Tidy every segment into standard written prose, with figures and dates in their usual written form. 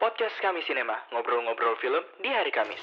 Podcast Kami Sinema, ngobrol-ngobrol film di hari Kamis.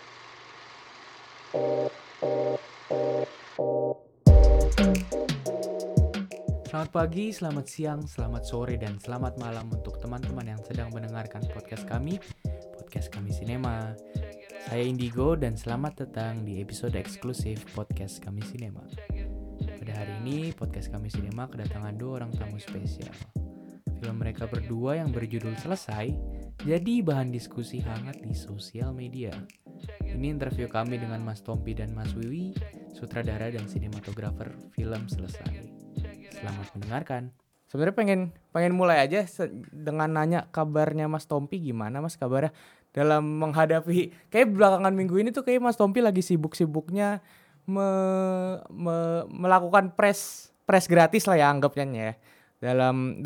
Selamat pagi, selamat siang, selamat sore, dan selamat malam untuk teman-teman yang sedang mendengarkan podcast Kami Sinema. Saya Indigo dan selamat datang di episode eksklusif podcast Kami Sinema. Pada hari ini, podcast Kami Sinema kedatangan 2 orang tamu spesial. Film mereka berdua yang berjudul Selesai jadi bahan diskusi hangat di sosial media. Ini interview kami dengan Mas Tompi dan Mas Wiwi, sutradara dan sinematografer film Selesai. Selamat mendengarkan. Sebenarnya pengen mulai aja dengan nanya kabarnya Mas Tompi, gimana Mas kabarnya dalam menghadapi kayak belakangan minggu ini tuh kayak Mas Tompi lagi sibuk-sibuknya melakukan press gratis lah ya anggapnya ya. Dalam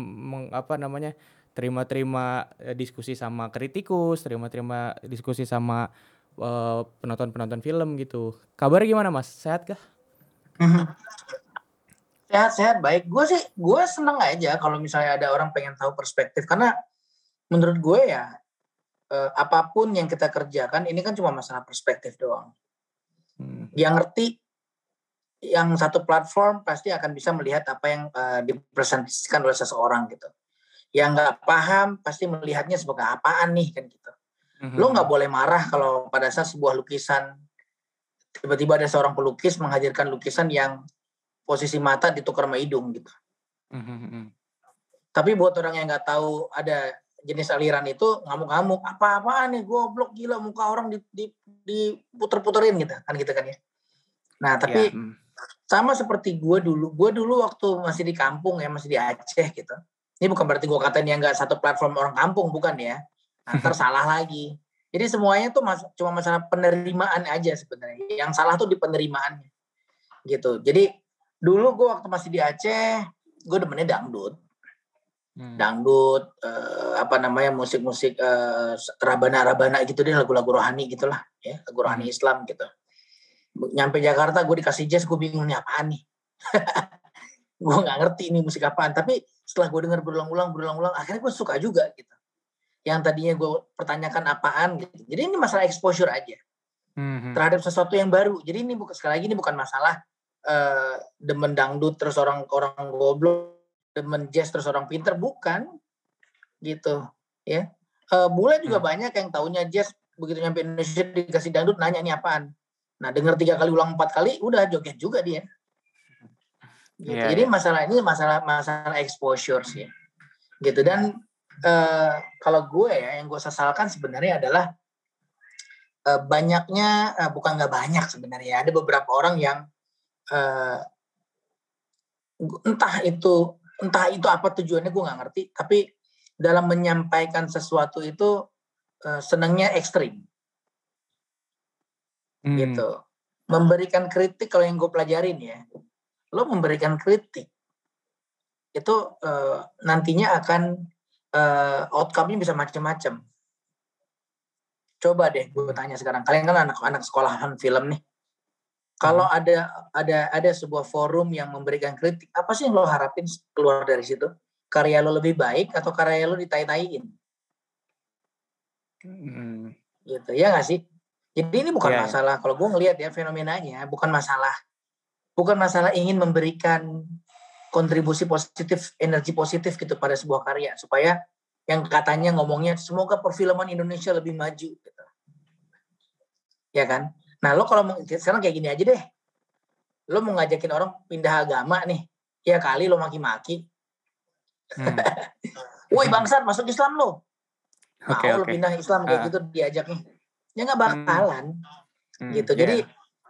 terima diskusi sama kritikus, terima diskusi sama penonton film gitu. Kabarnya gimana Mas? Sehat kah? Sehat, baik. Gue seneng aja kalau misalnya ada orang pengen tahu perspektif, karena menurut gue ya apapun yang kita kerjakan ini kan cuma masalah perspektif doang. Yang ngerti yang satu platform pasti akan bisa melihat apa yang dipresentasikan oleh seseorang gitu. Yang nggak paham pasti melihatnya sebagai apaan nih kan gitu. Lo nggak boleh marah kalau pada saat sebuah lukisan tiba-tiba ada seorang pelukis menghadirkan lukisan yang posisi mata ditukar sama hidung gitu. Tapi buat orang yang nggak tahu ada jenis aliran itu, ngamuk-ngamuk, apa-apaan nih, goblok, gila, muka orang diputer-puterin gitu kan ya. Nah tapi sama seperti gue dulu waktu masih di kampung ya, masih di Aceh gitu. Ini bukan berarti gue katain yang nggak satu platform orang kampung, bukan ya. Ntar salah lagi. Jadi semuanya tuh cuma masalah penerimaan aja sebenarnya. Yang salah tuh di penerimaannya gitu. Jadi dulu gue waktu masih di Aceh, gue demennya dangdut. Musik-musik rabana gitu deh, lagu-lagu rohani gitulah ya, lagu rohani Islam gitu. Nyampe Jakarta gue dikasih jazz, gue bingung nih apaan nih. Gue nggak ngerti ini musik apaan, tapi setelah gue dengar berulang-ulang akhirnya gue suka juga gitu. Yang tadinya gue pertanyakan apaan gitu. Jadi ini masalah exposure aja terhadap sesuatu yang baru. Jadi ini sekali lagi ini bukan masalah demen dangdut terus orang goblok, demen jazz terus orang pinter, bukan gitu ya. Bule juga banyak yang taunya jazz, begitu nyampe Indonesia dikasih dangdut nanya ini apaan. Nah dengar 3 kali ulang 4 kali udah joget juga dia gitu. Jadi masalah ini masalah exposure sih gitu. Dan kalau gue ya yang gue sesalkan sebenarnya adalah banyaknya bukan nggak banyak sebenarnya, ada beberapa orang yang entah itu apa tujuannya gue nggak ngerti, tapi dalam menyampaikan sesuatu itu senangnya ekstrim gitu. Memberikan kritik, kalau yang gue pelajarin ya, lo memberikan kritik itu nantinya akan outcome-nya bisa macam-macam. Coba deh gue tanya sekarang, kalian kan anak sekolahan film nih. Kalau ada sebuah forum yang memberikan kritik, apa sih yang lo harapin keluar dari situ? Karya lo lebih baik atau karya lo ditai-taiin? Gitu ya nggak sih? Jadi ini bukan masalah, kalau gue ngelihat ya fenomenanya, bukan masalah ingin memberikan kontribusi positif, energi positif gitu pada sebuah karya, supaya yang katanya ngomongnya semoga perfilman Indonesia lebih maju gitu. Ya kan? Nah lo kalau sekarang kayak gini aja deh, lo mau ngajakin orang pindah agama nih, ya kali lo maki-maki. Woi bangsat, masuk Islam lo. Mau lo pindah Islam kayak gitu diajaknya. Ya nggak bakalan gitu. Jadi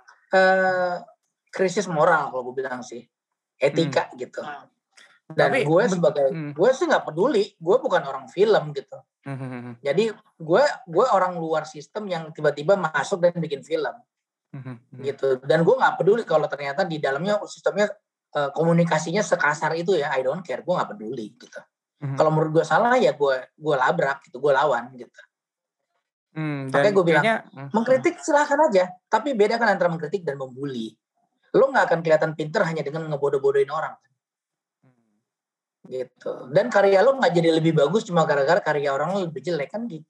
krisis moral kalau gue bilang sih, etika gitu. Dan gue sih nggak peduli, gue bukan orang film gitu. Jadi gue orang luar sistem yang tiba-tiba masuk dan bikin film gitu. Dan gue nggak peduli kalau ternyata di dalamnya sistemnya komunikasinya sekasar itu ya, I don't care, gue nggak peduli gitu. Kalau menurut gue salah ya gue labrak gitu, gue lawan gitu. Makanya gue bilang mengkritik silahkan aja, tapi bedakan antara mengkritik dan membuli. Lo nggak akan kelihatan pinter hanya dengan ngebodoh-bodohin orang. gitu. Dan karya lo nggak jadi lebih bagus cuma gara-gara karya orang lo lebih jelek kan gitu.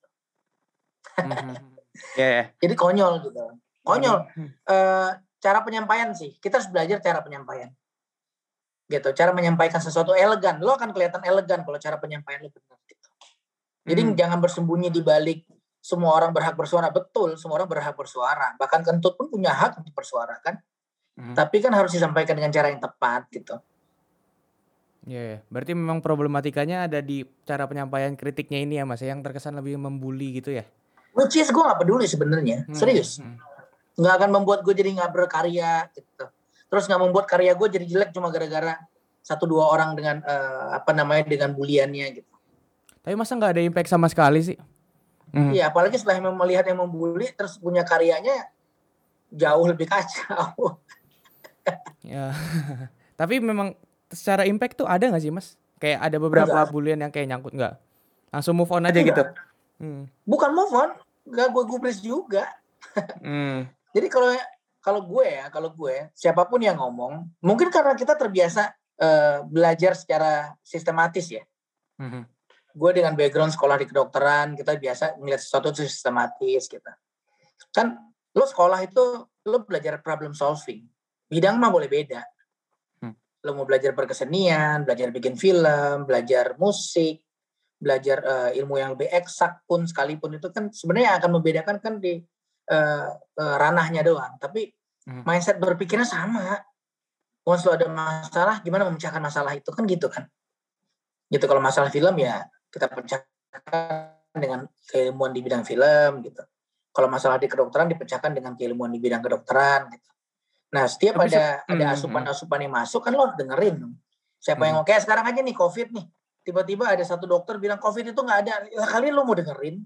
Jadi konyol gitu. Konyol. Cara penyampaian sih. Kita harus belajar cara penyampaian. Gitu. Cara menyampaikan sesuatu elegan. Lo akan kelihatan elegan kalau cara penyampaian lo benar gitu. Jadi jangan bersembunyi di balik semua orang berhak bersuara. Betul, semua orang berhak bersuara. Bahkan kentut pun punya hak untuk bersuara kan. Tapi kan harus disampaikan dengan cara yang tepat gitu. Berarti memang problematikanya ada di cara penyampaian kritiknya ini ya Mas, yang terkesan lebih membuli gitu ya? Which is gue gak peduli sebenarnya, serius. Gak akan membuat gue jadi gak berkarya gitu. Terus gak membuat karya gue jadi jelek cuma gara-gara 1-2 orang dengan dengan buliannya gitu. Tapi masa gak ada impact sama sekali sih? Iya, apalagi setelah melihat yang membuli terus punya karyanya jauh lebih kacau. Ya. Tapi memang secara impact tuh ada gak sih Mas? Kayak ada beberapa bulian yang kayak nyangkut gak? Langsung move on aja gitu? Bukan move on, gak gue gubris juga. Jadi kalau gue siapapun yang ngomong, mungkin karena kita terbiasa belajar secara sistematis ya. Gue dengan background sekolah di kedokteran, kita biasa ngeliat sesuatu itu sistematis gitu. Kan lo sekolah itu lo belajar problem solving, bidang mah boleh beda. Lo mau belajar berkesenian, belajar bikin film, belajar musik, belajar ilmu yang lebih eksak pun sekalipun, itu kan sebenarnya akan membedakan kan di ranahnya doang. Tapi mindset berpikirnya sama. Once lo ada masalah, gimana memecahkan masalah itu kan gitu kan. Gitu. Kalau masalah film ya kita pecahkan dengan keilmuan di bidang film gitu. Kalau masalah di kedokteran dipecahkan dengan keilmuan di bidang kedokteran gitu. Nah, setiap ada asupan-asupan yang masuk kan lo harus dengerin. Siapa yang kayak sekarang aja nih COVID nih. Tiba-tiba ada satu dokter bilang COVID itu nggak ada. Ya, kali lo mau dengerin.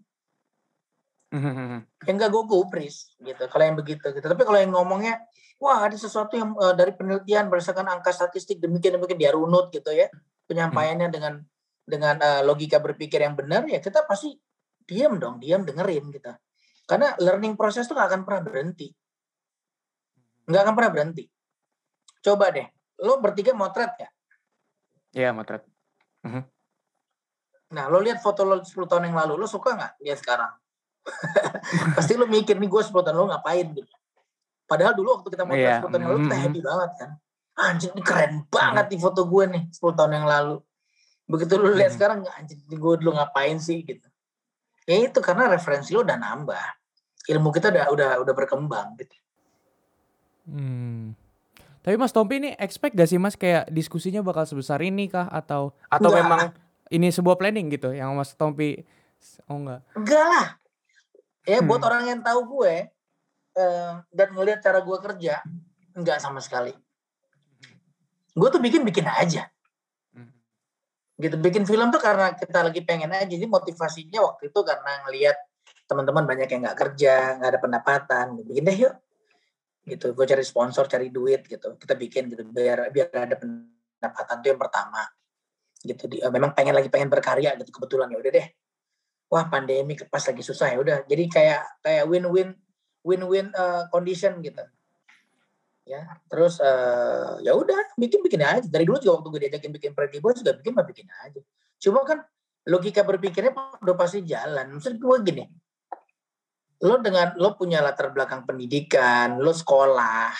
Yang nggak gue gubris gitu. Kalau yang begitu gitu. Tapi kalau yang ngomongnya, wah ada sesuatu yang dari penelitian berdasarkan angka statistik demikian dia runut gitu ya. Penyampaiannya dengan logika berpikir yang benar ya kita pasti diam dengerin gitu. Karena learning proses itu nggak akan pernah berhenti. Nggak akan pernah berhenti. Coba deh, lo bertiga motret ya? Iya, motret. Nah, lo lihat foto lo 10 tahun yang lalu, lo suka nggak lihat sekarang? Pasti lo mikir, nih gue 10 tahun lalu ngapain gitu. Padahal dulu waktu kita motret 10 tahun yang lalu, kita happy banget kan. Anjir, ini keren banget nih foto gue nih 10 tahun yang lalu. Begitu lo lihat sekarang, anjir, gue dulu ngapain sih gitu. Ya itu karena referensi lo udah nambah. Ilmu kita udah berkembang gitu. Tapi Mas Tompi ini expect gak sih Mas kayak diskusinya bakal sebesar ini kah atau Enggak. memang ini sebuah planning gitu yang Mas Tompi enggak? Enggak lah. Ya buat orang yang tahu gue dan ngelihat cara gue kerja, enggak sama sekali. Gue tuh bikin aja. Gitu, bikin film tuh karena kita lagi pengen aja. Jadi motivasinya waktu itu karena ngelihat teman-teman banyak yang nggak kerja, nggak ada pendapatan, bikin deh yuk. Gitu, gue cari sponsor, cari duit gitu, kita bikin gitu biar ada pendapatan, itu yang pertama gitu. Memang pengen berkarya gitu, kebetulan ya udah deh, wah pandemi pas lagi susah ya udah, jadi kayak win-win condition gitu ya. Terus ya udah bikin aja dari dulu juga. Waktu gue diajakin bikin Pretty Boys juga bikin aja, cuma kan logika berpikirnya udah pasti jalan. Maksud gue gini, lo punya latar belakang pendidikan, lo sekolah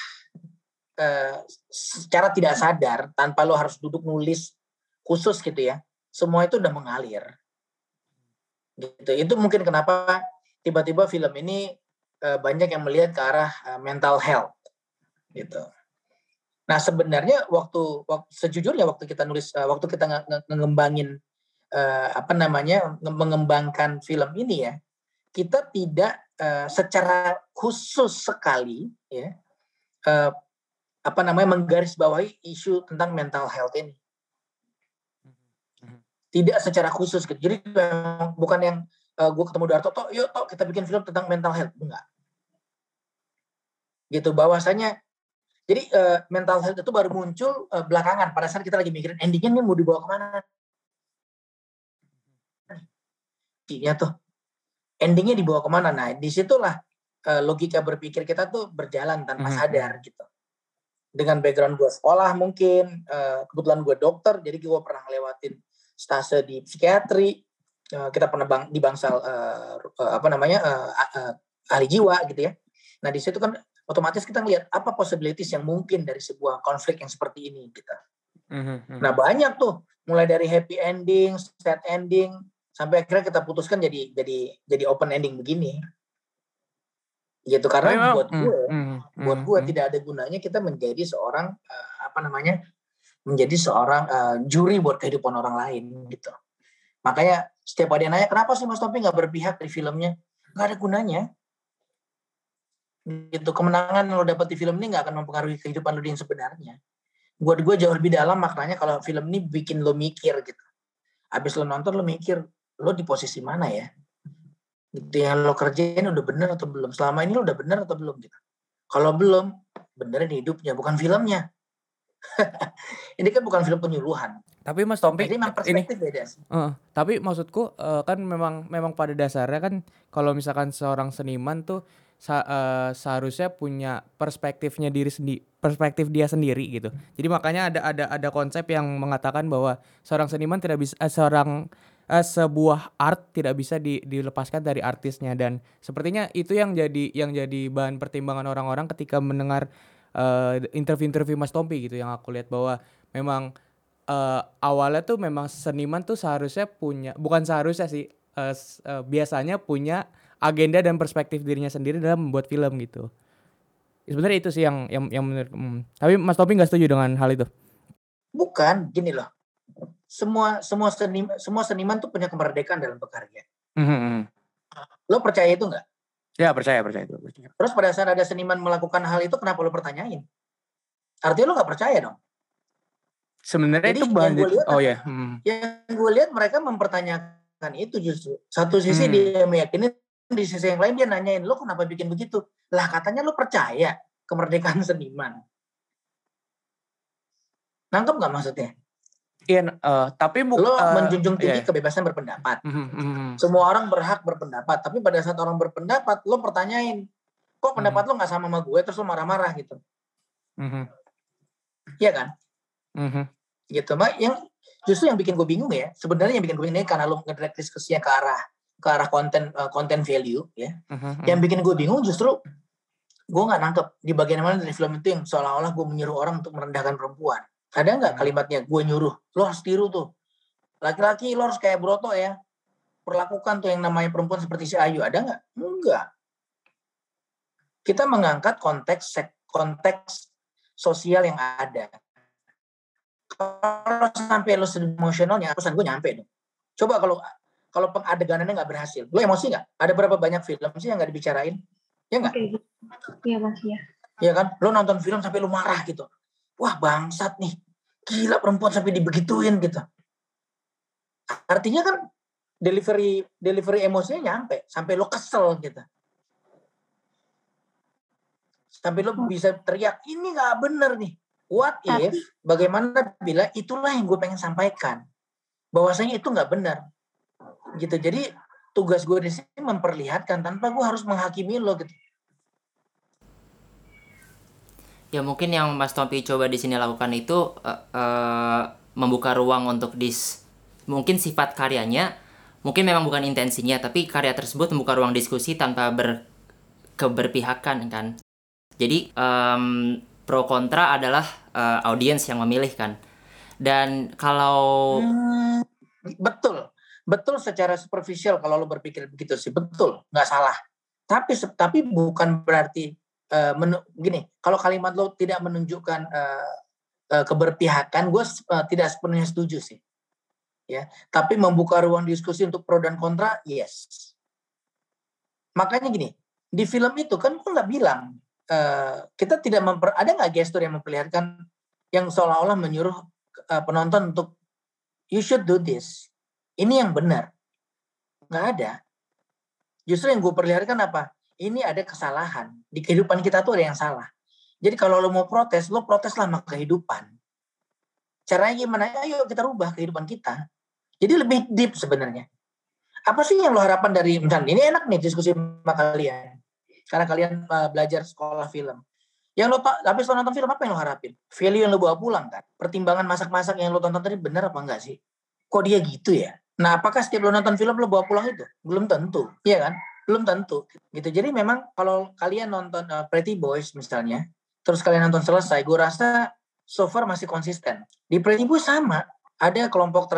secara tidak sadar tanpa lo harus duduk nulis khusus gitu ya, semua itu udah mengalir gitu. Itu mungkin kenapa tiba-tiba film ini banyak yang melihat ke arah mental health gitu. Nah sebenarnya sejujurnya waktu kita nulis, waktu kita ngembangin mengembangkan film ini ya, kita tidak secara khusus sekali ya menggarisbawahi isu tentang mental health ini. Tidak secara khusus gitu. Jadi bukan yang gue ketemu Darto, yuk kita bikin film tentang mental health, enggak. Gitu bahwasanya jadi mental health itu baru muncul belakangan pada saat kita lagi mikirin endingnya nih mau dibawa kemana. Endingnya dibawa kemana? Nah, disitulah logika berpikir kita tuh berjalan tanpa sadar gitu. dengan background gue sekolah mungkin, kebetulan gue dokter, jadi gue pernah ngelewatin stase di psikiatri, kita pernah di bangsal ahli jiwa gitu ya. Nah di situ kan otomatis kita ngelihat apa possibilities yang mungkin dari sebuah konflik yang seperti ini gitu. Nah banyak tuh, mulai dari happy ending, sad ending, sampai akhirnya kita putuskan jadi open ending begini. Gitu, karena buat gue tidak ada gunanya kita menjadi seorang menjadi seorang juri buat kehidupan orang lain gitu. Makanya setiap ada yang nanya, kenapa sih Mas Tompi nggak berpihak di filmnya? Nggak ada gunanya. Gitu, kemenangan yang lo dapat di film ini nggak akan mempengaruhi kehidupan lo yang sebenarnya. Buat gue jauh lebih dalam maknanya kalau film ini bikin lo mikir gitu. Abis lo nonton lo mikir, lo di posisi mana ya? Gitu, yang lo kerjain udah bener atau belum? Selama ini lo udah bener atau belum gitu? Kalau belum, benerin hidupnya, bukan filmnya. Ini kan bukan film penyuluhan. Tapi Mas Tompi, jadi memang perspektif beda sih. Tapi maksudku kan memang pada dasarnya kan kalau misalkan seorang seniman tuh seharusnya punya perspektif dia sendiri gitu. Jadi makanya ada konsep yang mengatakan bahwa seorang seniman tidak bisa sebuah art tidak bisa dilepaskan dari artisnya, dan sepertinya itu yang jadi bahan pertimbangan orang-orang ketika mendengar interview Mas Tompi gitu, yang aku lihat bahwa memang awalnya tuh memang seniman tuh seharusnya punya, bukan seharusnya sih, biasanya punya agenda dan perspektif dirinya sendiri dalam membuat film gitu. Sebenarnya itu sih yang menurut. Tapi Mas Tompi nggak setuju dengan hal itu? Bukan, gini loh. Semua seniman tuh punya kemerdekaan dalam bekerja. Lo percaya itu nggak? Ya, percaya itu. Terus pada saat ada seniman melakukan hal itu, kenapa lo pertanyain? Artinya lo nggak percaya dong? Sebenarnya itu bahan. Yang gue lihat mereka mempertanyakan itu justru. Satu sisi dia meyakini, di sisi yang lain dia nanyain, lo kenapa bikin begitu? Lah katanya lo percaya kemerdekaan seniman. Nangkep nggak maksudnya? Iya, tapi lo menjunjung tinggi kebebasan berpendapat. Semua orang berhak berpendapat, tapi pada saat orang berpendapat, lo pertanyain, kok pendapat lo nggak sama gue, terus lo marah-marah gitu. Iya kan? Gitu, yang justru yang bikin gue bingung ya, sebenarnya yang bikin gue bingung karena lo ngedirect diskusinya ke arah konten value ya. Yang bikin gue bingung justru gue nggak nangkep di bagian mana dari film itu yang seolah-olah gue menyuruh orang untuk merendahkan perempuan. Ada nggak kalimatnya gue nyuruh lo harus tiru tuh laki-laki, lo harus kayak Broto ya, perlakukan tuh yang namanya perempuan seperti si Ayu? Ada nggak? Enggak. Kita mengangkat konteks sosial yang ada. Kalau sampai lo sedih emosionalnya, pesan gue nyampe dong. Coba kalau pengadeganannya nggak berhasil, lo emosi nggak? Ada berapa banyak film sih yang nggak dibicarain? Ya nggak? Iya Mas ya. Iya kan? Lo nonton film sampai lo marah gitu. Wah bangsat nih, gila perempuan sampai dibegituin gitu. Artinya kan delivery emosinya nyampe, sampai lo kesel gitu. Sampai lo bisa teriak, ini nggak bener nih. What if, bagaimana bila itulah yang gue pengen sampaikan. Bahwasanya itu nggak benar. Gitu, jadi tugas gue di sini memperlihatkan tanpa gue harus menghakimi lo gitu. Ya mungkin yang Mas Tompi coba di sini lakukan itu membuka ruang untuk mungkin sifat karyanya, mungkin memang bukan intensinya, tapi karya tersebut membuka ruang diskusi tanpa keberpihakan kan. Jadi pro kontra adalah audiens yang memilih kan. Dan kalau betul secara superficial kalau lo berpikir begitu sih, betul, nggak salah. Tapi bukan berarti gini, kalau kalimat lo tidak menunjukkan keberpihakan, gue tidak sepenuhnya setuju sih. Ya, tapi membuka ruang diskusi untuk pro dan kontra, yes. Makanya gini, di film itu kan gue nggak bilang kita tidak ada nggak gestur yang memperlihatkan yang seolah-olah menyuruh penonton untuk you should do this. Ini yang benar. Nggak ada. Justru yang gue perlihatkan apa? Ini ada kesalahan. Di kehidupan kita tuh ada yang salah. Jadi kalau lo mau protes, lo proteslah sama kehidupan. Caranya gimana? Ayo kita rubah kehidupan kita. Jadi lebih deep sebenarnya. Apa sih yang lo harapkan dari, misalnya ini enak nih diskusi sama kalian. Karena kalian belajar sekolah film. Habis lo nonton film apa yang lo harapin? Value yang lo bawa pulang kan? Pertimbangan masak-masak yang lo tonton tadi benar apa enggak sih? Kok dia gitu ya? Nah, apakah setiap lo nonton film lo bawa pulang itu? Belum tentu, iya kan? Belum tentu. Gitu. Jadi memang kalau kalian nonton Pretty Boys misalnya, terus kalian nonton selesai, gue rasa so far masih konsisten. Di Pretty Boys sama, ada kelompok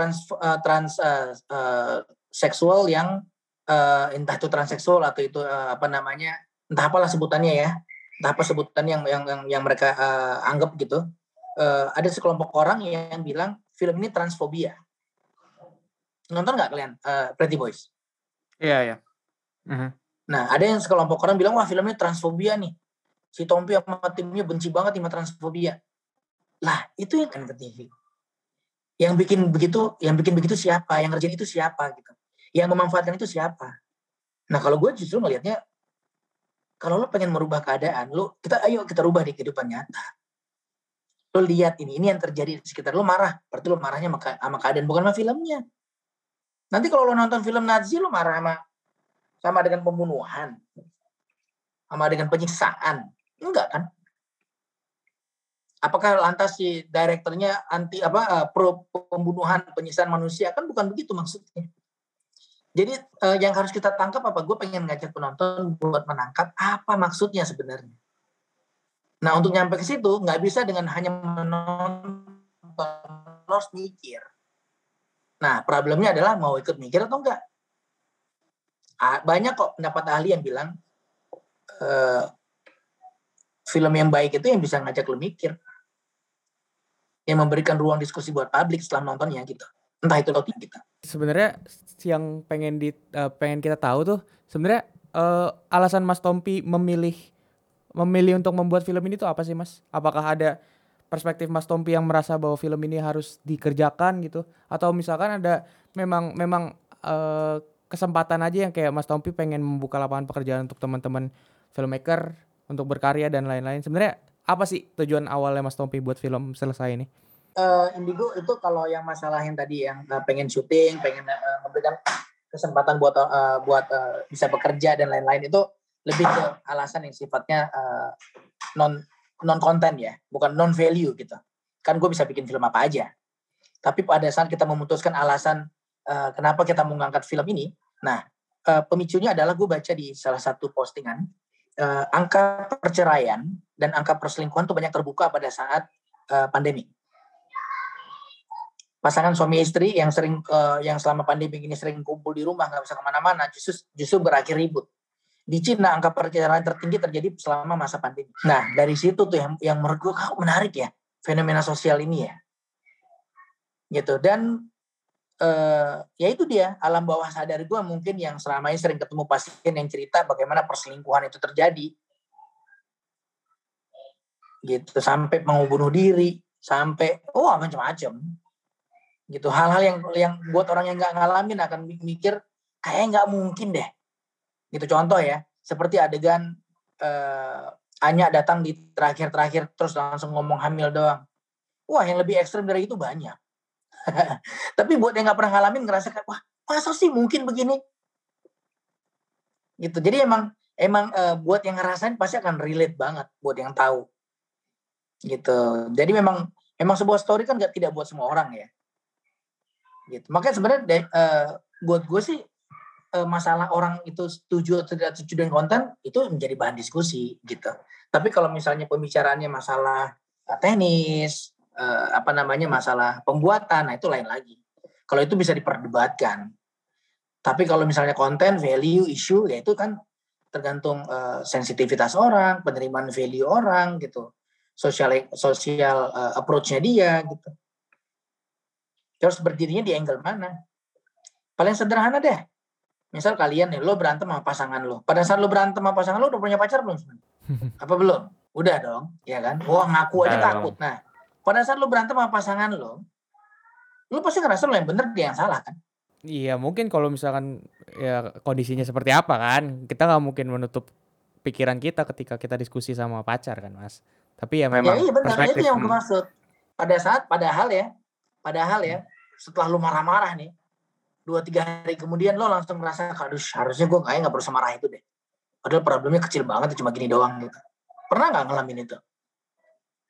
seksual yang entah itu transseksual atau itu entah apalah sebutannya ya. Entah apa sebutan yang mereka anggap gitu. Ada sekelompok orang yang bilang film ini transfobia. Nonton nggak kalian Pretty Boys? Iya. Uh-huh. Nah, ada yang sekelompok orang bilang, wah filmnya transfobia nih. Si Tompi sama timnya benci banget sama transfobia. Lah, itu yang kan ke TV. Yang bikin begitu siapa? Yang ngerjain itu siapa gitu? Yang memanfaatkan itu siapa? Nah, kalau gue justru melihatnya, kalau lo pengen merubah keadaan, ayo kita rubah di kehidupan nyata. Lo lihat ini yang terjadi di sekitar lo, marah. Berarti lo marahnya sama keadaan, bukan sama filmnya. Nanti kalau lo nonton film Nazi, lo marah sama dengan pembunuhan, sama dengan penyiksaan. Enggak kan? Apakah lantas si direkturnya pro pembunuhan, penyiksaan manusia? Kan bukan begitu maksudnya. Jadi yang harus kita tangkap apa? Gue pengen ngajak penonton buat menangkap apa maksudnya sebenarnya. Nah, untuk nyampe ke situ nggak bisa dengan hanya menonton, lo harus mikir. Nah, problemnya adalah mau ikut mikir atau enggak. Banyak kok pendapat ahli yang bilang film yang baik itu yang bisa ngajak lo mikir, yang memberikan ruang diskusi buat publik setelah nontonnya gitu. Entah itu atau tidak. Sebenarnya yang pengen kita tahu tuh sebenarnya alasan Mas Tompi memilih untuk membuat film ini tuh apa sih, Mas? Apakah ada perspektif Mas Tompi yang merasa bahwa film ini harus dikerjakan gitu, atau misalkan ada memang kesempatan aja yang kayak Mas Tompi pengen membuka lapangan pekerjaan untuk teman-teman filmmaker untuk berkarya dan lain-lain? Sebenarnya apa sih tujuan awalnya Mas Tompi buat film Selesai ini? Indigo itu kalau yang masalah yang tadi yang pengen syuting, pengen memberikan kesempatan buat bisa bekerja dan lain-lain, itu lebih ke alasan yang sifatnya non konten ya, bukan non value gitu. Kan gue bisa bikin film apa aja. Tapi pada saat kita memutuskan alasan kenapa kita mengangkat film ini, nah pemicunya adalah gue baca di salah satu postingan, angka perceraian dan angka perselingkuhan tuh banyak terbuka pada saat pandemi. Pasangan suami istri yang selama pandemi ini sering kumpul di rumah, nggak bisa kemana-mana, justru berakhir ribut. Di Cina angka perceraian tertinggi terjadi selama masa pandemi. Nah, dari situ tuh yang menurut gue menarik ya, fenomena sosial ini ya, gitu. Dan ya itu dia alam bawah sadar gue mungkin yang selama ini sering ketemu pasien yang cerita bagaimana perselingkuhan itu terjadi, gitu, sampai mau bunuh diri, sampai macam-macam. Gitu, hal-hal yang buat orang yang nggak ngalamin akan mikir kayak nggak mungkin deh. Gitu, contoh ya, seperti adegan Anya datang di terakhir terus langsung ngomong hamil doang. Wah, yang lebih ekstrem dari itu banyak. Tapi buat yang nggak pernah ngalamin ngerasa kayak, wah masa sih mungkin begini? Gitu. Jadi emang buat yang ngerasain pasti akan relate banget buat yang tahu. Gitu. Jadi memang sebuah story kan tidak buat semua orang ya. Gitu. Makanya sebenarnya buat gue sih masalah orang itu setuju atau tidak setuju dengan konten itu menjadi bahan diskusi gitu. Tapi kalau misalnya pembicaraannya masalah teknis, masalah pembuatan, nah itu lain lagi. Kalau itu bisa diperdebatkan. Tapi kalau misalnya konten, value, issue, ya itu kan tergantung sensitivitas orang, penerimaan value orang gitu, sosial approach-nya dia gitu. Terus berdirinya di angle mana? Paling sederhana deh. Misal kalian nih, lo berantem sama pasangan lo. Pada saat lo berantem sama pasangan lo, udah punya pacar belum? Apa belum? Udah dong, ya kan? Wah, ngaku aja takut. Nah, pada saat lo berantem sama pasangan lo pasti ngerasa lo yang bener, dia yang salah kan? Iya, mungkin kalau misalkan ya kondisinya seperti apa kan, kita nggak mungkin menutup pikiran kita ketika kita diskusi sama pacar kan, Mas. Tapi ya memang iya benar, perspektif. itu yang gue maksud. Padahal ya, setelah lo marah-marah nih, 2-3 hari kemudian lo langsung merasa, aduh harusnya gue nggak perlu semarah itu deh. Padahal problemnya kecil banget, cuma gini doang gitu. Pernah nggak ngalamin itu?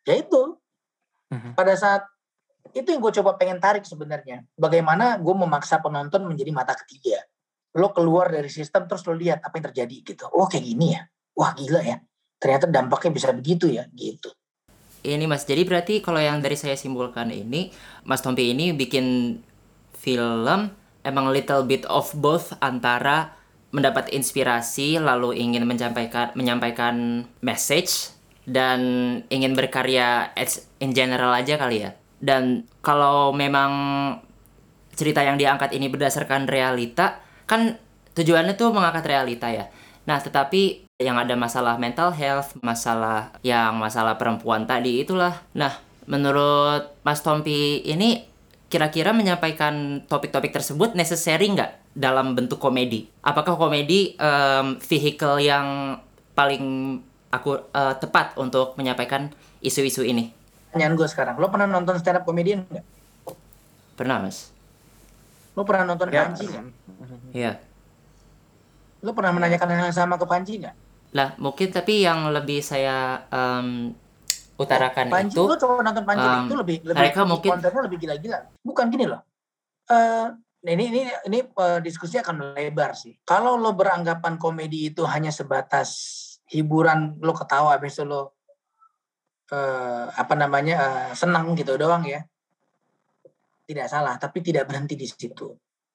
Ya itu, Mhm. pada saat itu yang gue coba pengen tarik sebenarnya. Bagaimana gue memaksa penonton menjadi mata ketiga. Lo keluar dari sistem terus lo lihat apa yang terjadi gitu. Oh kayak gini ya. Wah gila ya. Ternyata dampaknya bisa begitu ya gitu. Ini Mas, jadi berarti kalau yang dari saya simpulkan ini, Mas Tompi ini bikin film emang little bit of both antara mendapat inspirasi lalu ingin menyampaikan message dan ingin berkarya in general aja kali ya. Dan kalau memang cerita yang diangkat ini berdasarkan realita, kan tujuannya tuh mengangkat realita ya. Nah, tetapi yang ada masalah mental health, masalah perempuan tadi itulah. Nah, menurut Mas Tompi ini kira-kira menyampaikan topik-topik tersebut necessary nggak dalam bentuk komedi? Apakah komedi vehicle yang paling tepat untuk menyampaikan isu-isu ini? Pertanyaan gue sekarang, lo pernah nonton stand up comedian nggak? Pernah, Mas? Lo pernah nonton Ya. Panji nggak? Iya. Lo pernah menanyakan hal yang sama ke Panji nggak? Lah, mungkin tapi yang lebih saya utarakan Panji, itu lo coba nonton Panji itu lebih mereka mungkin kontennya lebih gila-gila. Bukan gini loh. Ini diskusi akan melebar sih. Kalau lo beranggapan komedi itu hanya sebatas hiburan, lo ketawa habis itu lo senang gitu doang ya. Tidak salah, tapi tidak berhenti di situ.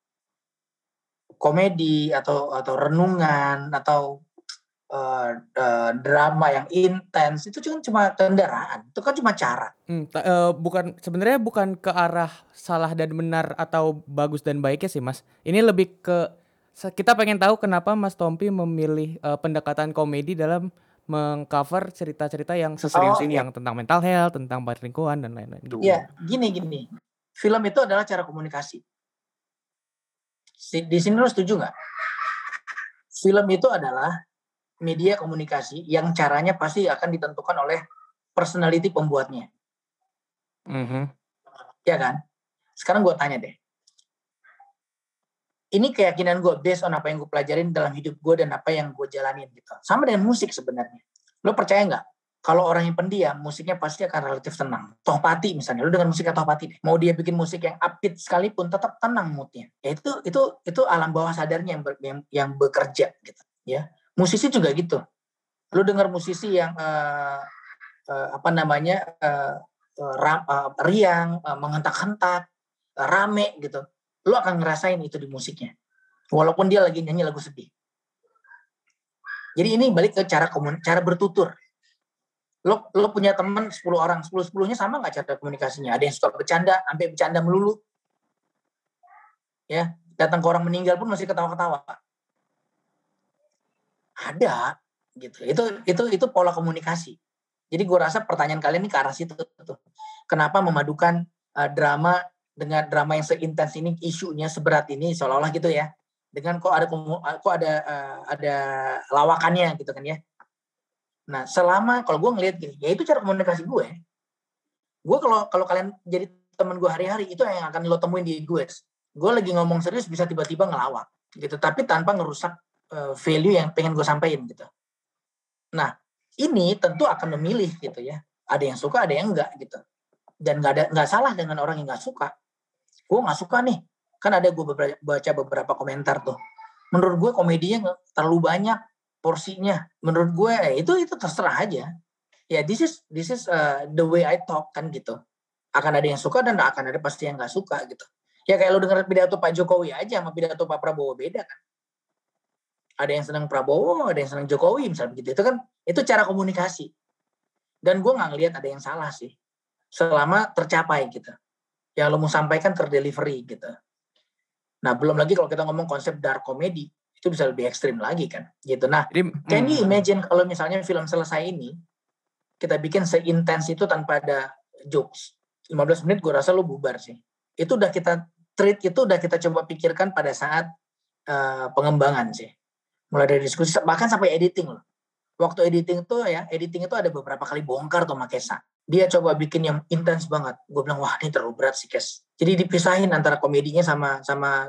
Komedi atau renungan atau drama yang intens itu cuma kendaraan, itu kan cuma cara. Sebenarnya bukan ke arah salah dan benar atau bagus dan baiknya sih Mas. Ini lebih ke kita pengen tahu kenapa Mas Tompi memilih pendekatan komedi dalam mengcover cerita-cerita yang seserius ini, yang tentang mental health, tentang perselingkuhan dan lain-lain gitu. Ya, gini. Film itu adalah cara komunikasi. Di sini lo setuju nggak? Film itu adalah media komunikasi yang caranya pasti akan ditentukan oleh personality pembuatnya. Ya kan? Sekarang gue tanya deh. Ini keyakinan gue based on apa yang gue pelajarin dalam hidup gue dan apa yang gue jalanin gitu. Sama dengan musik sebenarnya. Lo percaya nggak? Kalau orang yang pendiam, musiknya pasti akan relatif tenang. Tohpati misalnya, lo dengan musiknya Tohpati deh. Mau dia bikin musik yang upbeat sekalipun, tetap tenang moodnya. Ya itu alam bawah sadarnya yang bekerja gitu. Ya, musisi juga gitu. Lo dengar musisi yang riang, menghentak-hentak, rame gitu. Lo akan ngerasain itu di musiknya. Walaupun dia lagi nyanyi lagu sedih. Jadi ini balik ke cara bertutur. Lo punya teman 10 orang, 10-10-nya sama nggak cara komunikasinya? Ada yang suka bercanda, sampai bercanda melulu. Ya, datang ke orang meninggal pun masih ketawa-ketawa. Ada gitu. Itu pola komunikasi. Jadi gue rasa pertanyaan kalian ini ke arah situ tuh. Kenapa memadukan drama dengan drama yang seintens ini, isunya seberat ini seolah-olah gitu ya. Dengan kok ada lawakannya gitu kan ya. Nah, selama kalau gue ngelihat gini, ya itu cara komunikasi gue. Gue kalau kalian jadi teman gue hari-hari, itu yang akan lo temuin di gue. Gue lagi ngomong serius bisa tiba-tiba ngelawak gitu, tapi tanpa ngerusak value yang pengen gue sampaikan gitu. Nah, ini tentu akan memilih gitu ya. Ada yang suka, ada yang enggak gitu. Dan nggak salah dengan orang yang nggak suka. Gue nggak suka nih, kan ada gue baca beberapa komentar tuh. Menurut gue komedinya terlalu banyak porsinya. Menurut gue itu terserah aja. Ya this is the way I talk kan gitu. Akan ada yang suka dan akan ada pasti yang nggak suka gitu. Ya kayak lo denger pidato Pak Jokowi aja sama pidato Pak Prabowo beda kan. Ada yang senang Prabowo, ada yang senang Jokowi misalnya begitu. Itu cara komunikasi. Dan gue nggak ngelihat ada yang salah sih. Selama tercapai gitu. Yang lo mau sampaikan terdelivery gitu. Nah belum lagi kalau kita ngomong konsep dark comedy, itu bisa lebih ekstrim lagi kan gitu. Nah, can you imagine kalau misalnya film selesai ini kita bikin seintens itu tanpa ada jokes, 15 menit gue rasa lo bubar sih. Itu udah kita treat, itu udah kita coba pikirkan pada saat pengembangan sih, mulai dari diskusi bahkan sampai editing loh. Waktu editing itu ada beberapa kali bongkar tuh sama Kesa. Dia coba bikin yang intens banget. Gue bilang wah ini terlalu berat sih Kes. Jadi dipisahin antara komedinya sama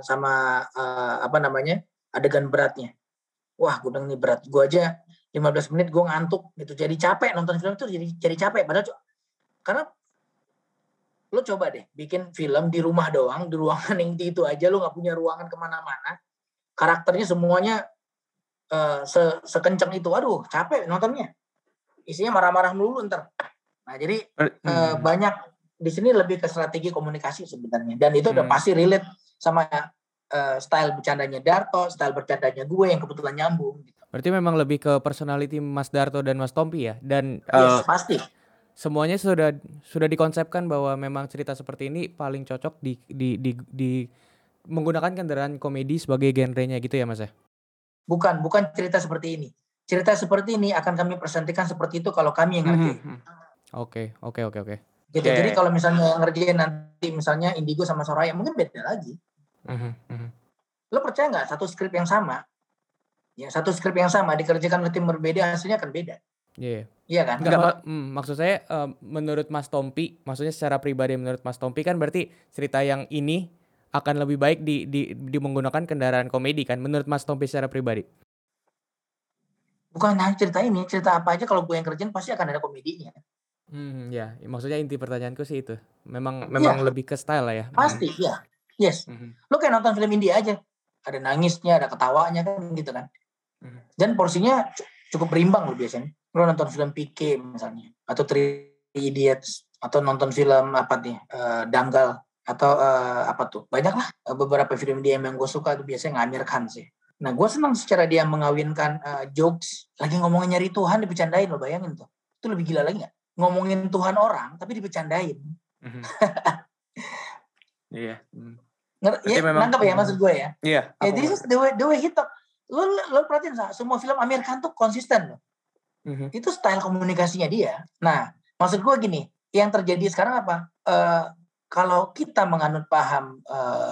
adegan beratnya. Wah gue bilang ini berat. Gue aja 15 menit gue ngantuk gitu. Jadi capek nonton film itu jadi capek. Padahal Karena lo coba deh bikin film di rumah doang, di ruangan yang itu aja, lo nggak punya ruangan kemana-mana, karakternya semuanya sekencang itu, aduh capek nontonnya, isinya marah-marah melulu ntar. Nah jadi banyak di sini lebih ke strategi komunikasi sebenarnya, dan itu udah pasti relate sama style bercandanya Darto, style bercandanya gue yang kebetulan nyambung. Berarti memang lebih ke personality Mas Darto dan Mas Tompi ya, dan Yes, pasti. semuanya sudah dikonsepkan bahwa memang cerita seperti ini paling cocok di menggunakan kendaraan komedi sebagai genrenya gitu ya Mas ya? Bukan cerita seperti ini. Cerita seperti ini akan kami presentasikan seperti itu kalau kami yang ngerjain. Oke. Gitu. Jadi kalau misalnya ngerjain nanti misalnya Indigo sama Soraya mungkin beda lagi. Lo percaya nggak satu skrip yang sama? Ya satu skrip yang sama dikerjakan oleh tim berbeda hasilnya akan beda. Iya kan? Maksud saya menurut Mas Tompi, maksudnya secara pribadi menurut Mas Tompi kan berarti cerita yang ini akan lebih baik di menggunakan kendaraan komedi kan menurut Mas Tompi secara pribadi? Bukan hanya cerita ini, cerita apa aja kalau gue yang kerjain pasti akan ada komedinya. Ya, maksudnya inti pertanyaanku sih itu. Memang lebih ke style lah ya. Pasti, ya. Yes. Lo kayak nonton film India aja. Ada nangisnya, ada ketawanya kan gitu kan. Dan porsinya cukup berimbang loh biasanya. Lo nonton film PK misalnya, atau Three Idiots, atau nonton film apa nih, Danggal, atau apa tuh, banyak lah beberapa film dia yang gue suka tuh biasanya Amir Khan sih. Nah gue senang secara dia mengawinkan jokes, lagi ngomongin nyari Tuhan dibecandain, lo bayangin tuh, itu lebih gila lagi nggak? Ngomongin Tuhan orang tapi dibecandain. Iya. Nangkep ya maksud gue ya? Iya. This is the way he talk. Lo perhatiin semua film Amir Khan tuh konsisten loh. Itu style komunikasinya dia. Nah, maksud gue gini, yang terjadi sekarang apa? Kalau kita menganut paham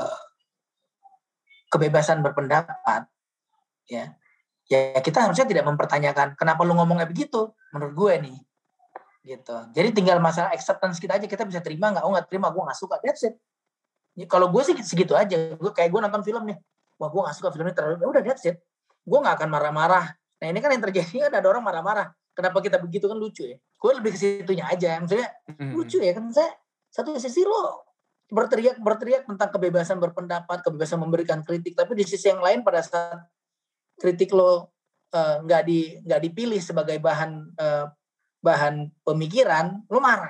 kebebasan berpendapat, ya kita harusnya tidak mempertanyakan kenapa lu ngomongnya begitu. Menurut gue nih, gitu. Jadi tinggal masalah acceptance kita aja, kita bisa terima nggak? Oh nggak terima, gue nggak suka. That's it. Kalau gue sih segitu aja. Gue kayak gue nonton film nih, wah gue nggak suka film ini terlalu. Udah that's it. Gue nggak akan marah-marah. Nah ini kan yang terjadi ada orang marah-marah. Kenapa kita begitu kan lucu ya? Gue lebih ke situnya aja. Maksudnya lucu ya kan, saya satu sisi lo berteriak tentang kebebasan berpendapat, kebebasan memberikan kritik, tapi di sisi yang lain pada saat kritik lo nggak dipilih sebagai bahan pemikiran, lo marah.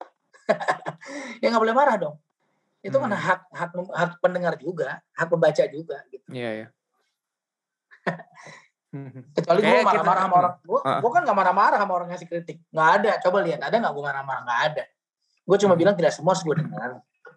Ya nggak boleh marah dong. Itu kan hak pendengar juga, hak pembaca juga gitu. Iya. Kecuali gue marah-marah sama orang, gue kan nggak marah-marah sama orang ngasih kritik, nggak ada. Coba lihat, ada nggak gue marah-marah? Nggak ada. Gue cuma bilang tidak semua harus gue dengar.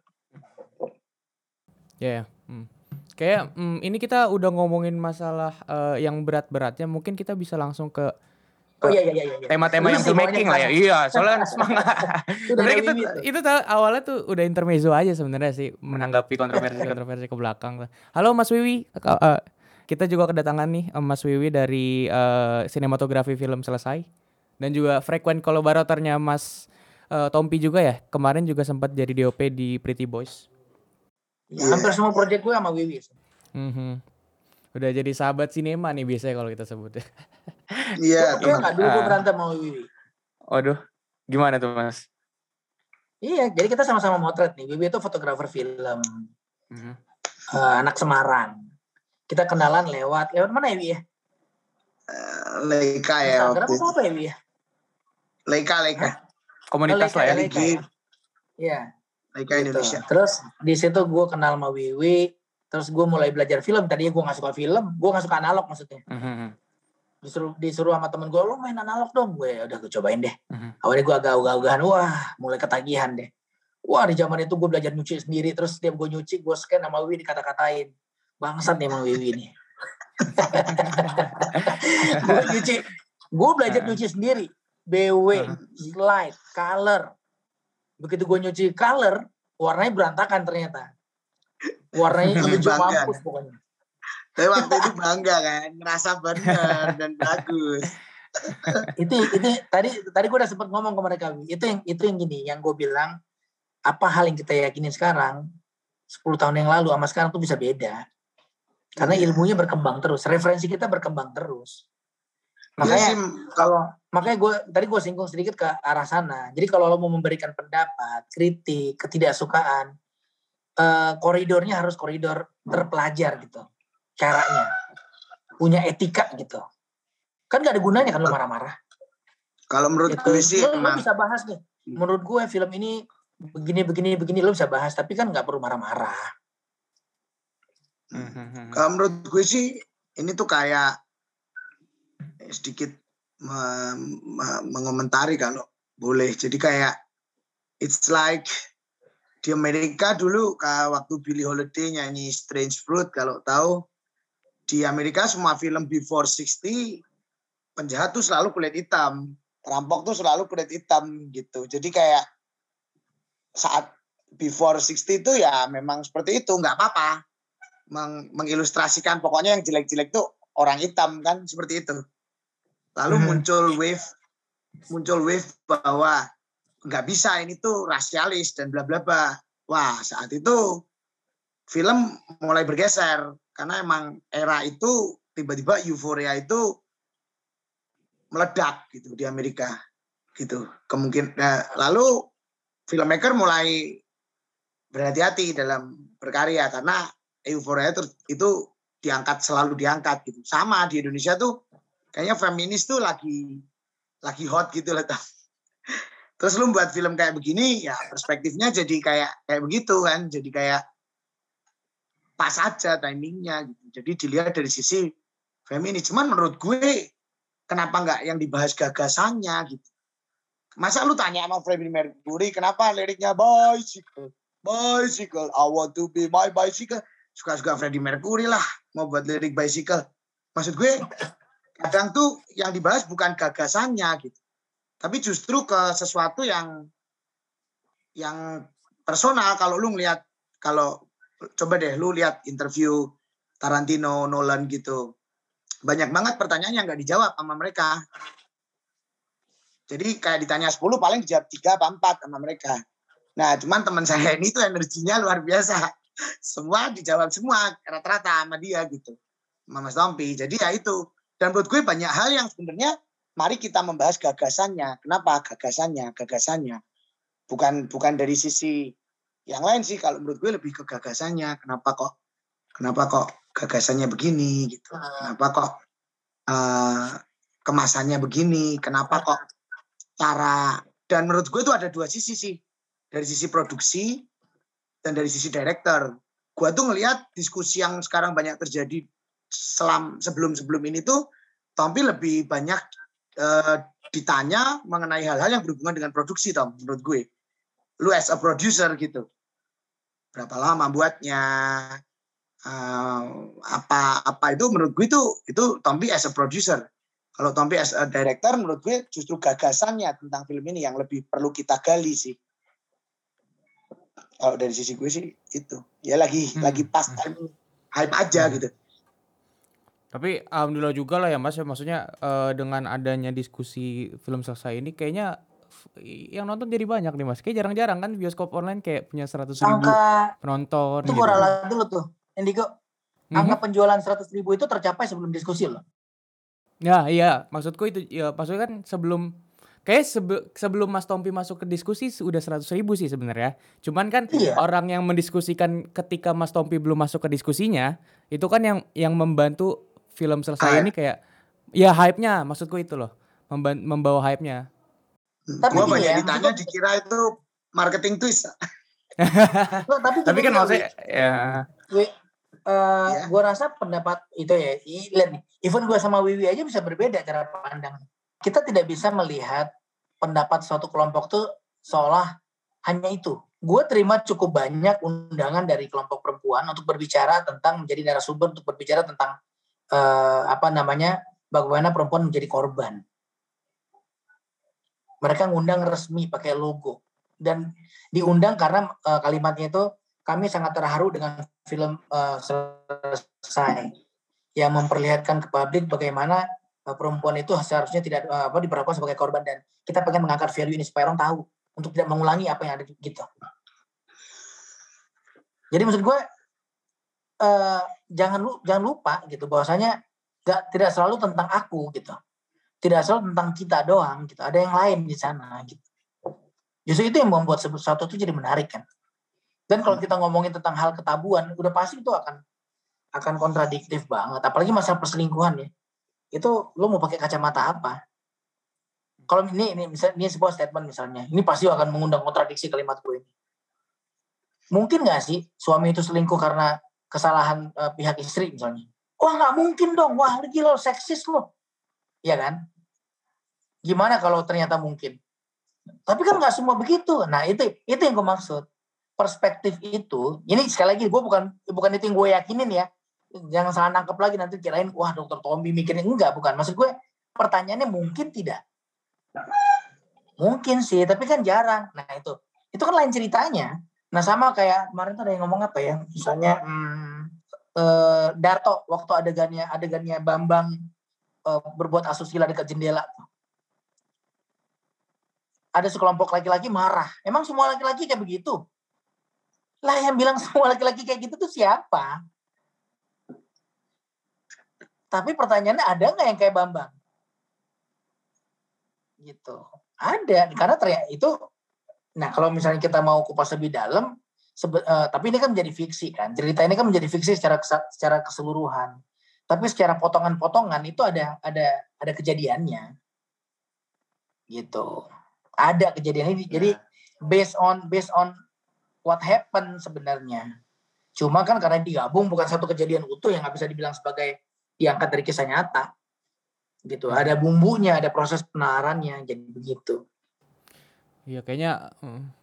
Ya. Kayak ini kita udah ngomongin masalah yang berat-beratnya, mungkin kita bisa langsung ke iya. tema-tema yang filmmaking lah ya. Iya, soalnya semangat. Sebenarnya itu awalnya tuh udah intermezzo aja sebenarnya sih, menanggapi kontroversi ke belakang. Halo Mas Wiwi. Kita juga kedatangan nih Mas Wiwi dari sinematografi film selesai, dan juga frequent kolaboratornya Mas Tompi juga ya. Kemarin juga sempat jadi DOP di Pretty Boys. Ya, hampir semua proyek gue sama Wiwi. Udah jadi sahabat sinema nih biasanya kalau kita sebut. Iya. Gue nggak dulu gue berantem sama Wiwi. Waduh, gimana tuh Mas? Iya, jadi kita sama-sama motret nih. Wiwi itu fotografer film, anak Semarang. Kita kenalan lewat mana ya Wiwi ya? Leica ya. Instagram apa ya Wiwi ya? Leica. Komunitas lah ya. Iya. Leica gitu. Indonesia. Terus di situ gue kenal sama Wiwi. Terus gue mulai belajar film. Tadinya gue nggak suka film, gue nggak suka analog maksudnya. Disuruh sama temen gue, lo main analog dong. Gue udah gue cobain deh. Awalnya gue agak ogah-ogahan, wah mulai ketagihan deh. Wah di zaman itu gue belajar nyuci sendiri. Terus setiap gue nyuci, gue scan sama Wiwi dikata-katain. Bangsat nih emang Wiwi nih. Gue belajar nyuci sendiri. BW, slide, color. Begitu gue nyuci color, warnanya berantakan ternyata. Warnanya hijau mampus pokoknya. Tapi waktu itu bangga kan, ngerasa benar dan bagus. itu tadi gue udah sempat ngomong ke mereka. Itu yang gini, yang gue bilang, apa hal yang kita yakinin sekarang 10 tahun yang lalu sama sekarang tuh bisa beda. Karena ilmunya berkembang terus, referensi kita berkembang terus. Makanya sih, makanya tadi gue singgung sedikit ke arah sana. Jadi kalau lo mau memberikan pendapat, kritik, ketidaksukaan, koridornya harus koridor terpelajar gitu. Caranya. Punya etika gitu. Kan gak ada gunanya kan lo marah-marah. kalau menurut Gitu. gue sih Lo emang bisa bahas nih. Menurut gue film ini begini lo bisa bahas. Tapi kan gak perlu marah-marah. kalau menurut gue sih ini tuh kayak sedikit mengomentari kalau boleh. Jadi kayak it's like di Amerika dulu waktu Billie Holiday nyanyi Strange Fruit, kalau tahu di Amerika semua film before 60 penjahat tuh selalu kulit hitam, perampok tuh selalu kulit hitam gitu. Jadi kayak saat before 60 itu ya memang seperti itu, nggak apa-apa mengilustrasikan pokoknya yang jelek-jelek tuh orang hitam kan, seperti itu. Lalu muncul wave bahwa nggak bisa, ini tuh rasialis dan bla bla bla. Wah, saat itu film mulai bergeser karena emang era itu tiba-tiba euforia itu meledak gitu di Amerika gitu. Lalu filmmaker mulai berhati-hati dalam berkarya karena euforia itu selalu diangkat gitu. Sama di Indonesia tuh kayaknya feminis tuh lagi hot gitu lah. Terus lu buat film kayak begini, ya perspektifnya jadi kayak begitu kan, jadi kayak pas aja timingnya gitu. Jadi dilihat dari sisi feminis. Cuman menurut gue, kenapa nggak yang dibahas gagasannya gitu? Masa lu tanya sama Freddie Mercury, kenapa liriknya bicycle, I want to be my bicycle. Suka-suka Freddie Mercury lah, mau buat lirik bicycle. Maksud gue, kadang tuh yang dibahas bukan gagasannya gitu. Tapi justru ke sesuatu yang personal. Kalau lu ngelihat, coba deh lu lihat interview Tarantino, Nolan gitu, banyak banget pertanyaan yang nggak dijawab sama mereka. Jadi kayak ditanya 10 paling dijawab 3 apa 4 sama mereka. Nah cuman teman saya ini tuh energinya luar biasa, semua dijawab semua rata-rata sama dia gitu, sama Mas Tompi. Jadi ya itu, dan menurut gue banyak hal yang sebenarnya mari kita membahas gagasannya. Kenapa gagasannya? Bukan dari sisi yang lain sih. Kalau menurut gue lebih ke gagasannya. Kenapa kok gagasannya begini gitu? Kenapa kok kemasannya begini? Kenapa kok cara? Dan menurut gue itu ada dua sisi sih. Dari sisi produksi dan dari sisi director. Gue tuh ngelihat diskusi yang sekarang banyak terjadi sebelum ini tuh Tompi lebih banyak ditanya mengenai hal-hal yang berhubungan dengan produksi, Tom, menurut gue. Lu as a producer gitu, berapa lama buatnya, apa itu menurut gue itu Tompi as a producer. Kalau Tompi as a director, menurut gue justru gagasannya tentang film ini yang lebih perlu kita gali sih. Kalau dari sisi gue sih itu, ya lagi pas time hype aja gitu. Tapi alhamdulillah juga lah ya Mas, maksudnya dengan adanya diskusi film selesai ini kayaknya yang nonton jadi banyak nih Mas. Kayak jarang-jarang kan bioskop online kayak punya 100.000 penonton itu gitu. Itu gue ralat dulu tuh, Indigo. Angka penjualan 100.000 itu tercapai sebelum diskusi loh. Ya iya, maksudku itu ya, maksudnya kan sebelum Mas Tompi masuk ke diskusi udah 100.000 sih sebenarnya. Cuman kan orang yang mendiskusikan ketika Mas Tompi belum masuk ke diskusinya, itu kan yang membantu film selesai ini kayak ya hype-nya, maksudku itu loh, membawa hype-nya. Gue banyak ditanya dikira itu marketing twist. Tapi kan maksudnya ya. Gue rasa pendapat itu ya, lihat nih, even gue sama Wiwi aja bisa berbeda cara pandang. Kita tidak bisa melihat pendapat suatu kelompok tuh seolah hanya itu. Gue terima cukup banyak undangan dari kelompok perempuan untuk berbicara tentang menjadi narasumber, untuk berbicara tentang bagaimana perempuan menjadi korban. Mereka ngundang resmi pakai logo dan diundang karena kalimatnya itu, kami sangat terharu dengan film selesai yang memperlihatkan ke publik bagaimana perempuan itu seharusnya tidak diperlakukan sebagai korban, dan kita pengen mengangkat value ini supaya orang tahu untuk tidak mengulangi apa yang ada gitu. Jadi maksud gue jangan lupa gitu bahwasanya tidak selalu tentang aku gitu. Tidak selalu tentang kita doang gitu. Ada yang lain di sana gitu. Justru itu yang membuat sesuatu itu jadi menarik kan. Dan kalau kita ngomongin tentang hal ketabuan, udah pasti itu akan kontradiktif banget. Apalagi masalah perselingkuhan ya. Itu lo mau pakai kacamata apa? Kalau ini sebuah statement misalnya, ini pasti akan mengundang kontradiksi kalimat gue ini. Mungkin nggak sih suami itu selingkuh karena kesalahan pihak istri misalnya? Wah nggak mungkin dong, wah gila seksis lo, ya kan? Gimana kalau ternyata mungkin? Tapi kan nggak semua begitu. Nah itu yang gue maksud. Perspektif itu, ini sekali lagi gue bukan itu yang gue yakinin ya. Jangan salah nangkep lagi nanti kirain wah Dr. Tommy mikirin, enggak, bukan. Maksud gue pertanyaannya mungkin tidak. Mungkin sih, tapi kan jarang. Nah itu kan lain ceritanya. Nah sama kayak kemarin tuh ada yang ngomong apa ya, misalnya Darto waktu adegannya Bambang berbuat asusila dekat jendela. Ada sekelompok laki-laki marah. Emang semua laki-laki kayak begitu? Lah yang bilang semua laki-laki kayak gitu tuh siapa? Tapi pertanyaannya ada nggak yang kayak Bambang? Gitu. Ada, karena ternyata itu. Nah kalau misalnya kita mau kupas lebih dalam, tapi ini kan menjadi fiksi kan. Cerita ini kan menjadi fiksi secara keseluruhan. Tapi secara potongan-potongan itu ada kejadiannya. Gitu. Ada kejadian ini. Jadi based on what happened sebenarnya. Cuma kan karena digabung bukan satu kejadian utuh yang nggak bisa dibilang sebagai diangkat dari kisah nyata. Gitu. Ada bumbunya, ada proses penaharannya, jadi begitu. Iya kayaknya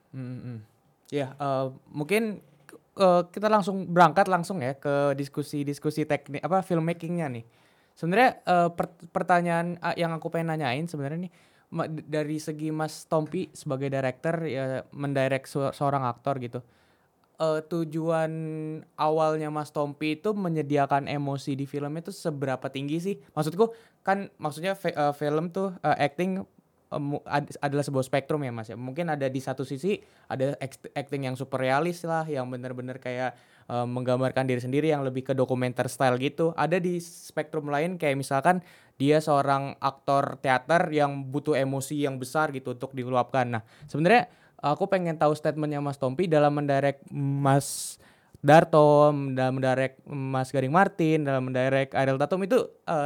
ya mungkin kita langsung berangkat ya ke diskusi teknik filmmakingnya nih. Sebenarnya pertanyaan yang aku pengen nanyain sebenarnya nih dari segi Mas Tompi sebagai director ya mendirect seorang aktor gitu. Tujuan awalnya Mas Tompi itu menyediakan emosi di film itu seberapa tinggi sih? Maksudku kan maksudnya film tuh acting adalah sebuah spektrum ya Mas ya. Mungkin ada di satu sisi ada acting yang super realis lah, yang benar-benar kayak menggambarkan diri sendiri yang lebih ke dokumenter style gitu. Ada di spektrum lain kayak misalkan dia seorang aktor teater yang butuh emosi yang besar gitu untuk diluapkan. Nah, sebenarnya aku pengen tahu statementnya Mas Tompi dalam mendirect Mas Darto, dalam mendirect Mas Gading Martin, dalam mendirect Ariel Tatum itu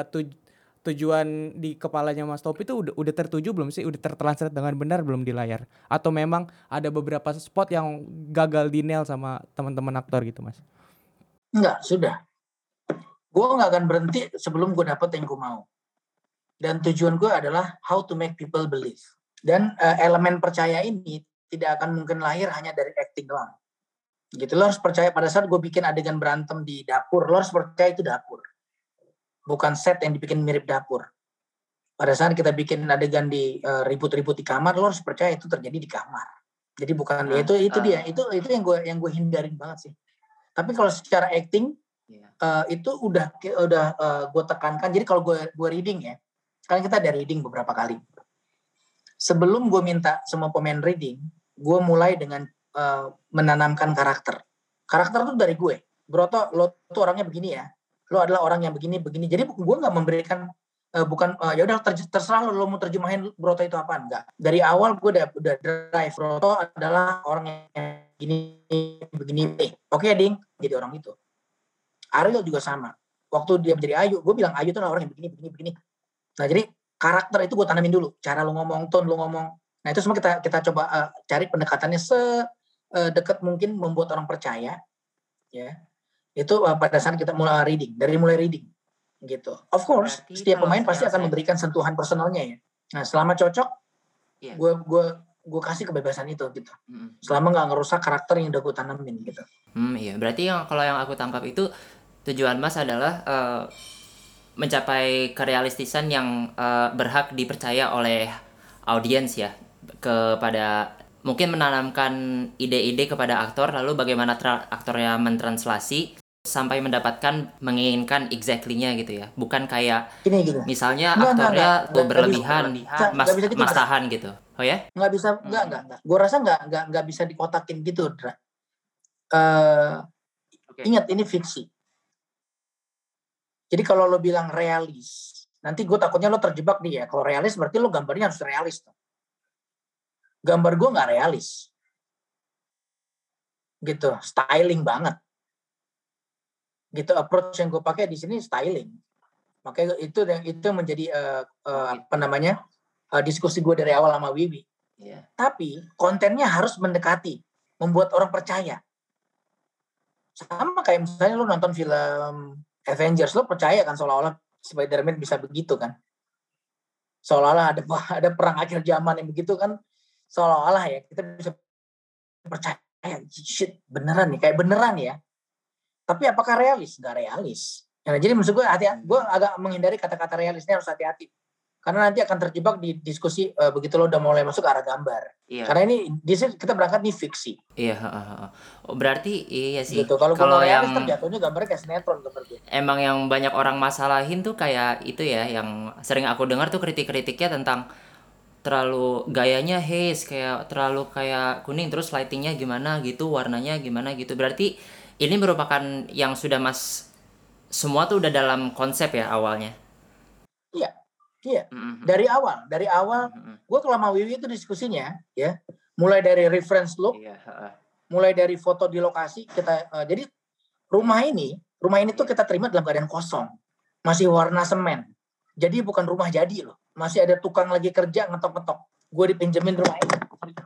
tujuan di kepalanya Mas Tompi itu udah tertuju belum sih? Udah tertranslate dengan benar belum di layar? Atau memang ada beberapa spot yang gagal di-nail sama teman-teman aktor gitu Mas? Enggak, sudah. Gue nggak akan berhenti sebelum gue dapet yang gue mau. Dan tujuan gue adalah how to make people believe. Dan elemen percaya ini tidak akan mungkin lahir hanya dari acting doang. Gitu, lo harus percaya pada saat gue bikin adegan berantem di dapur, lo harus percaya itu dapur. Bukan set yang dibikin mirip dapur. Pada saat kita bikin adegan di ribut-ribut di kamar, lo harus percaya itu terjadi di kamar. Jadi bukan itu dia, itu yang gue hindarin banget sih. Tapi kalau secara acting itu udah gue tekankan. Jadi kalau gue reading ya, sekarang kita ada reading beberapa kali. Sebelum gue minta semua pemain reading, gue mulai dengan menanamkan karakter. Karakter itu dari gue. Broto, lo tuh orangnya begini ya. Lo adalah orang yang begini. Jadi gue nggak memberikan ya udah terserah lo mau terjemahin Broto itu apa enggak. Dari awal gue udah drive Broto adalah orang yang begini. Oke, Ding, jadi orang itu. Ariel juga sama. Waktu dia menjadi Ayu, gue bilang Ayu itu adalah orang yang begini. Nah, jadi karakter itu gue tanamin dulu. Cara lo ngomong, tone lo ngomong. Nah, itu semua kita coba cari pendekatannya sedekat mungkin membuat orang percaya. Ya. Itu pada saat kita mulai reading gitu. Of course, berarti setiap pemain pasti akan memberikan sentuhan personalnya ya. Nah, selama cocok, gue kasih kebebasan itu gitu. Selama nggak ngerusak karakter yang udah gue tanamin gitu. Iya, berarti kalau yang aku tangkap itu tujuan Mas adalah mencapai kerealistisan yang berhak dipercaya oleh audiens ya, kepada mungkin menanamkan ide-ide kepada aktor, lalu bagaimana aktornya mentranslasi sampai mendapatkan menginginkan exactly-nya gitu ya. Bukan kayak gini. Misalnya aktornya berlebihan, mas tahan gitu. Oh ya? Nggak bisa, enggak. Gue rasa nggak bisa dikotakin gitu, Dra. Ingat ini fiksi. Jadi kalau lo bilang realis, Nanti gue takutnya lo terjebak nih ya. Kalau realis berarti lo gambarnya harus realis. Gambar gue nggak realis. Gitu, styling banget. Gitu, approach yang gue pakai di sini styling. Makanya itu menjadi diskusi gue dari awal sama Wiwi. Iya. Tapi kontennya harus mendekati, membuat orang percaya. Sama kayak misalnya lo nonton film Avengers, lo percaya kan seolah-olah Spider-Man bisa begitu kan? Seolah-olah ada perang akhir zaman yang begitu kan? Seolah-olah ya kita bisa percaya, shit beneran nih, kayak beneran ya. Tapi apakah realis? Nggak realis. Nah, jadi maksud gue gue agak menghindari kata-kata realisnya, harus hati-hati. Karena nanti akan terjebak di diskusi begitu lo udah mulai masuk ke arah gambar. Iya. Karena ini kita berangkat nih fiksi. Iya, Oh, berarti iya sih. Gitu. Kalau yang realis terjatuhnya gambarnya kayak sinetron seperti. emang yang banyak orang masalahin tuh kayak itu ya, yang sering aku dengar tuh kritik-kritiknya tentang terlalu gayanya haze, kayak terlalu kayak kuning, terus lightingnya gimana gitu, warnanya gimana gitu. Berarti ini merupakan yang sudah semua tuh udah dalam konsep ya awalnya. Iya. Dari awal gue kalau sama Wiwi itu diskusinya ya, mulai dari reference look, mulai dari foto di lokasi kita. Jadi rumah ini tuh kita terima dalam keadaan kosong, masih warna semen. Jadi bukan rumah jadi loh, masih ada tukang lagi kerja ngetok-ngetok. Gue dipinjemin rumah ini.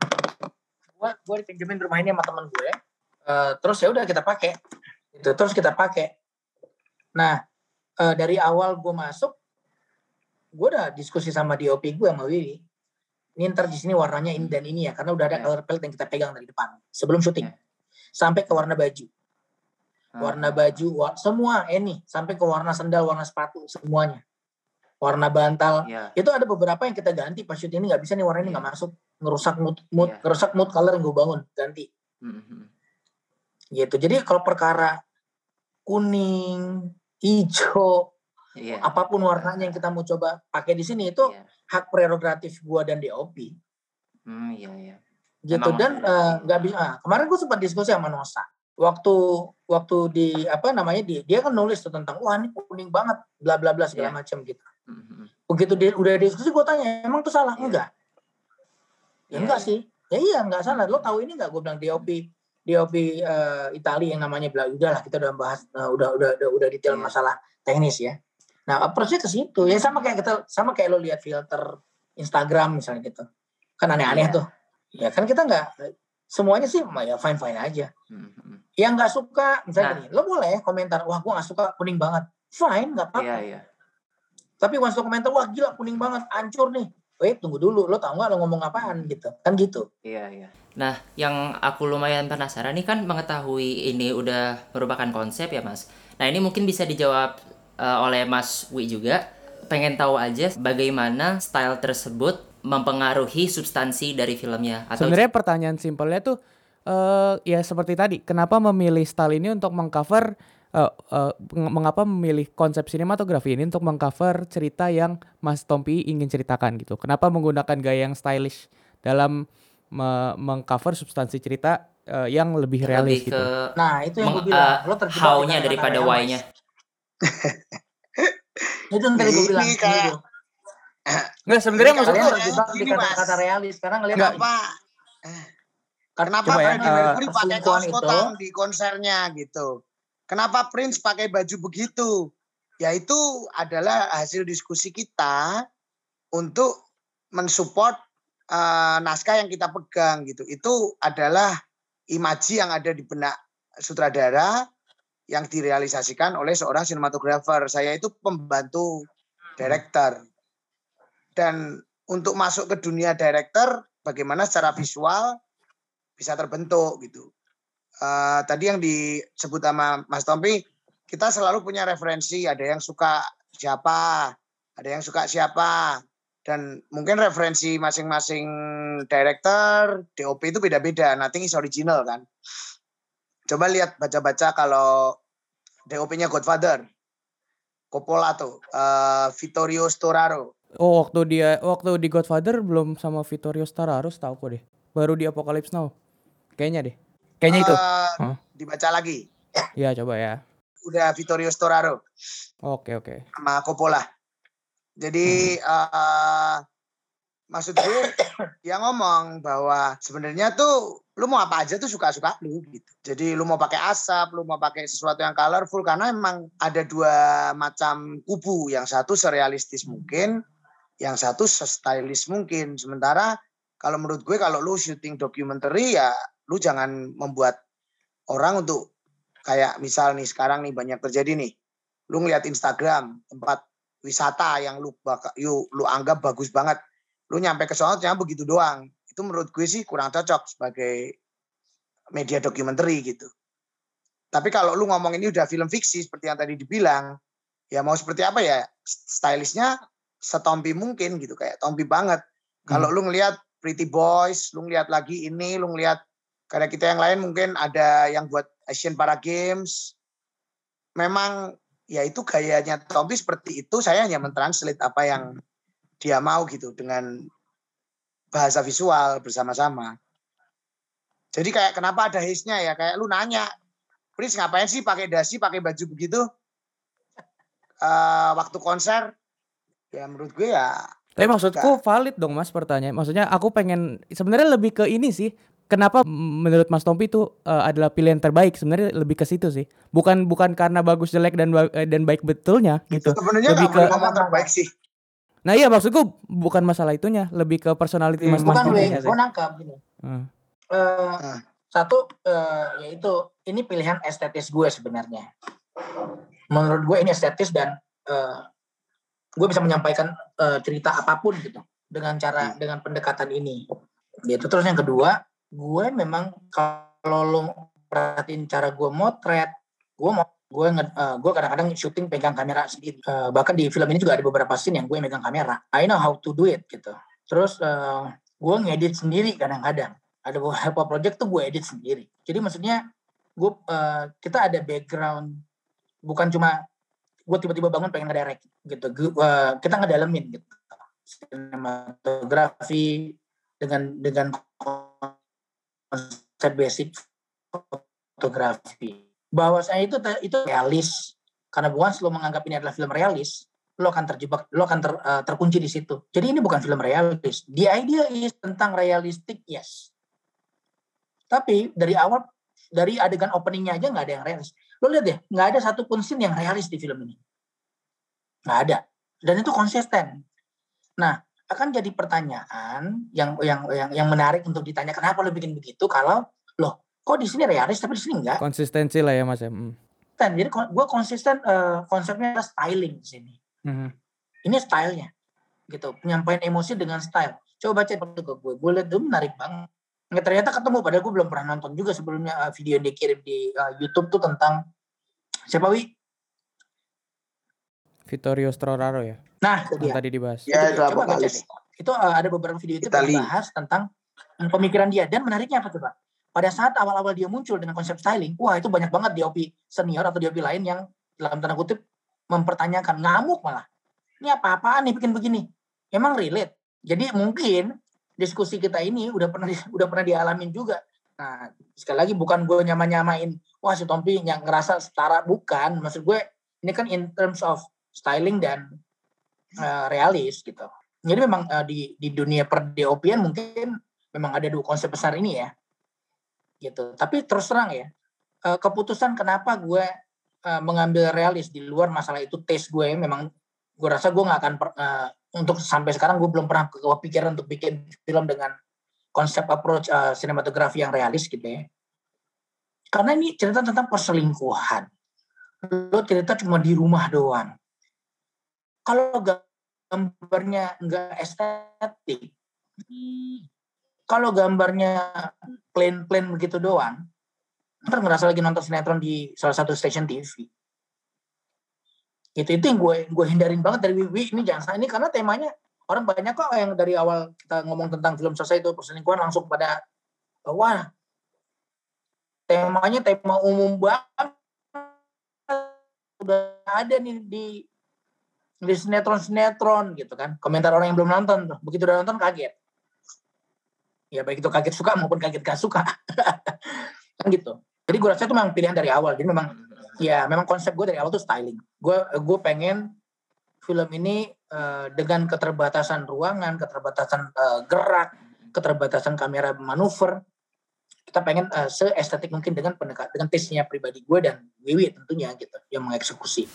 Gue dipinjemin rumah ini sama teman gue. Terus ya udah kita pakai. Itu terus kita pakai. Nah, dari awal gue masuk, gue udah diskusi sama DOP gue sama Wiwi. Ini ntar di sini warnanya ini dan ini ya, karena udah ada color palette yang kita pegang dari depan sebelum syuting. Sampai ke warna baju. Warna baju, semua ini sampai ke warna sendal, warna sepatu, semuanya. Warna bantal. Itu ada beberapa yang kita ganti pas syuting ini, nggak bisa nih warna ini nggak masuk, ngerusak mood color yang gue bangun, ganti. Gitu. Jadi kalau perkara kuning, hijau, apapun warnanya yang kita mau coba pakai di sini itu hak prerogatif gua dan DOP. Iya. Gitu. Emang dan nggak bisa. Kemarin gua sempat diskusi sama Nosa. Waktu di dia kan nulis tuh tentang wah ini kuning banget, bla bla bla segala macam gitu. Begitu dia udah diskusi, gua tanya emang tuh salah enggak? Ya enggak sih. Ya iya enggak salah. Lo tahu ini enggak? Gua bilang DOP Italia yang namanya bilang udahlah kita udah bahas udah detail masalah teknis ya. Nah, approach-nya ke situ. Ya sama kayak lo lihat filter Instagram misalnya gitu. Kan aneh-aneh tuh. Ya kan kita enggak semuanya sih ya fine-fine aja. Yang enggak suka misalnya gini, lo boleh komentar, wah gua enggak suka kuning banget. Fine, enggak apa-apa. Iya. Tapi once lo komentar, wah gila kuning banget, hancur nih. Wait, tunggu dulu, lo tahu nggak lo ngomong apaan gitu, kan gitu. Iya. Nah, yang aku lumayan penasaran nih kan mengetahui ini udah merupakan konsep ya Mas. Nah ini mungkin bisa dijawab oleh Mas Wi juga. Pengen tahu aja bagaimana style tersebut mempengaruhi substansi dari filmnya. Sebenarnya pertanyaan simpelnya tuh ya seperti tadi, kenapa memilih style ini untuk mengcover mengapa memilih konsep sinematografi ini untuk mengcover cerita yang Mas Tompi ingin ceritakan gitu. Kenapa menggunakan gaya yang stylish dalam mengcover substansi cerita yang lebih realis gitu. Nah, itu yang gue bilang, lo terjebak how-nya daripada why-nya. Itu yang tadi gue bilang. Enggak, sebenarnya maksudnya terjebak di kata-kata realis karena ngelihat kenapa Freddie Mercury pakai kaos kotang di konsernya gitu. Kenapa Prince pakai baju begitu? Ya itu adalah hasil diskusi kita untuk mensupport naskah yang kita pegang gitu. Itu adalah imaji yang ada di benak sutradara yang direalisasikan oleh seorang sinematografer. Saya itu pembantu director. Dan untuk masuk ke dunia director, bagaimana secara visual bisa terbentuk gitu. Tadi yang disebut sama Mas Tompi, kita selalu punya referensi, ada yang suka siapa, ada yang suka siapa, dan mungkin referensi masing-masing director, DOP itu beda-beda, nothing is original kan. Coba lihat, baca-baca kalau DOP-nya Godfather, Coppola tuh, Vittorio Storaro. Oh, waktu di Godfather belum sama Vittorio Storaro, tahu kok deh. Baru di Apocalypse Now. Kayaknya itu. Dibaca lagi. Iya, coba ya. Udah Vittorio Storaro. Oke. Sama Coppola. Jadi maksud gue dia ngomong bahwa sebenarnya tuh lu mau apa aja tuh suka-suka lu gitu. Jadi lu mau pakai asap, lu mau pakai sesuatu yang colorful karena emang ada dua macam kubu. Yang satu serealistis mungkin, yang satu stylish mungkin. Sementara kalau menurut gue kalau lu syuting documentary ya lu jangan membuat orang untuk kayak misal nih sekarang nih banyak terjadi nih. Lu ngeliat Instagram tempat wisata yang lu anggap bagus banget. Lu nyampe ke sana cuma begitu doang. Itu menurut gue sih kurang cocok sebagai media dokumenter gitu. Tapi kalau lu ngomong ini udah film fiksi seperti yang tadi dibilang, ya mau seperti apa ya? Stylishnya setompi mungkin gitu, kayak tompi banget. Kalau lu ngelihat Pretty Boys, lu ngelihat lagi ini, lu ngelihat karya kita yang lain mungkin ada yang buat Asian Para Games. Memang ya itu gayanya Tompi seperti itu, saya hanya mentranslate apa yang dia mau gitu dengan bahasa visual bersama-sama. Jadi kayak kenapa ada haze-nya ya, kayak lu nanya, Prince ngapain sih pakai dasi, pakai baju begitu waktu konser? Ya menurut gue ya. Tapi maksudku valid dong Mas pertanyaan. Maksudnya aku pengen sebenarnya lebih ke ini sih. Kenapa menurut Mas Tompi itu adalah pilihan terbaik? Sebenarnya lebih ke situ sih. Bukan karena bagus jelek dan baik betulnya gitu. Sebenarnya lebih ke ngomong terbaik sih. Nah iya maksudku bukan masalah itunya, lebih ke personality Mas Tompi. Bukan gue nangkap gini. Satu yaitu ini pilihan estetis gue sebenarnya. Menurut gue ini estetis dan gue bisa menyampaikan cerita apapun gitu dengan pendekatan ini. Gitu. Terus yang kedua, gue memang kalau lo perhatiin cara gue motret, gue kadang-kadang syuting pegang kamera sendiri. Bahkan di film ini juga ada beberapa scene yang gue megang kamera. I know how to do it gitu. Terus gue ngedit sendiri kadang-kadang. Ada beberapa project tuh gue edit sendiri. Jadi maksudnya kita ada background, bukan cuma gue tiba-tiba bangun pengen ngedirect gitu. Kita ngedalemin gitu. Sinematografi dengan konsep basic fotografi. Bahwasanya itu realis. Karena bukan lo menganggap ini adalah film realis, lo akan terjebak, lo akan terkunci di situ. Jadi ini bukan film realis. The idea is tentang realistic, yes. Tapi dari awal, dari adegan openingnya aja nggak ada yang realis. Lo lihat deh, nggak ada satupun scene yang realis di film ini. Nggak ada. Dan itu konsisten. Nah, akan jadi pertanyaan yang menarik untuk ditanya, kenapa lo bikin begitu kalau loh kok di sini realis tapi di sini enggak? Konsistensi lah ya Mas ya. Jadi gue konsisten, konsepnya adalah styling di sini. Ini stylenya, gitu. Penyampaian emosi dengan style. Coba baca itu ke gue lihat itu menarik banget. Nggak, ternyata ketemu, padahal gue belum pernah nonton juga sebelumnya video yang dikirim di YouTube tuh tentang siapa Wi? Vittorio Storaro ya. Nah, itu dia. Tadi dibahas. Ya, itu coba baca deh. Itu ada beberapa video itu dibahas tentang pemikiran dia, dan menariknya apa coba? Pada saat awal-awal dia muncul dengan konsep styling, wah itu banyak banget DOP senior atau DOP lain yang dalam tanda kutip mempertanyakan, ngamuk malah. Ini apa-apaan nih bikin begini? Emang relate? Jadi mungkin diskusi kita ini udah pernah dialamin juga. Nah, sekali lagi bukan gue nyamain, wah si Tompi yang ngerasa setara, bukan. Maksud gue ini kan in terms of styling dan realis gitu. Jadi memang di dunia per DOP-an mungkin memang ada dua konsep besar ini ya. Gitu. Tapi terus terang ya, keputusan kenapa gue mengambil realis di luar masalah itu taste gue, memang gue rasa gue nggak akan untuk sampai sekarang gue belum pernah kepikiran untuk bikin film dengan konsep approach sinematografi yang realis gitu ya. Karena ini cerita tentang perselingkuhan. Lo cerita cuma di rumah doang. Kalau gambarnya nggak estetik, kalau gambarnya plain begitu doang, ntar ngerasa lagi nonton sinetron di salah satu stasiun TV. Itu yang gue hindarin banget dari Wiwi. Ini jangan ini karena temanya orang banyak kok yang dari awal kita ngomong tentang film selesai itu perselingkuhan langsung pada wah temanya tema umum banget udah ada nih di sinetron gitu kan. Komentar orang yang belum nonton tuh. Begitu udah nonton kaget. Ya baik itu kaget suka maupun kaget gak suka. Kan gitu. Jadi gue rasa itu memang pilihan dari awal. Jadi memang konsep gue dari awal tuh styling. Gue pengen film ini dengan keterbatasan ruangan, keterbatasan gerak, keterbatasan kamera manuver, kita pengen se-estetik mungkin dengan taste-nya pribadi gue dan Wiwi tentunya gitu yang mengeksekusi.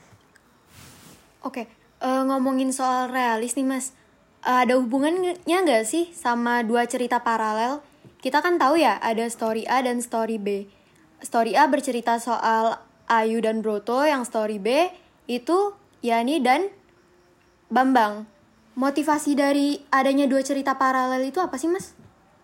Oke, ngomongin soal realis nih Mas, ada hubungannya nggak sih sama dua cerita paralel? Kita kan tahu ya ada story A dan story B. Story A bercerita soal Ayu dan Broto, yang story B itu Yani dan Bambang. Motivasi dari adanya dua cerita paralel itu apa sih Mas?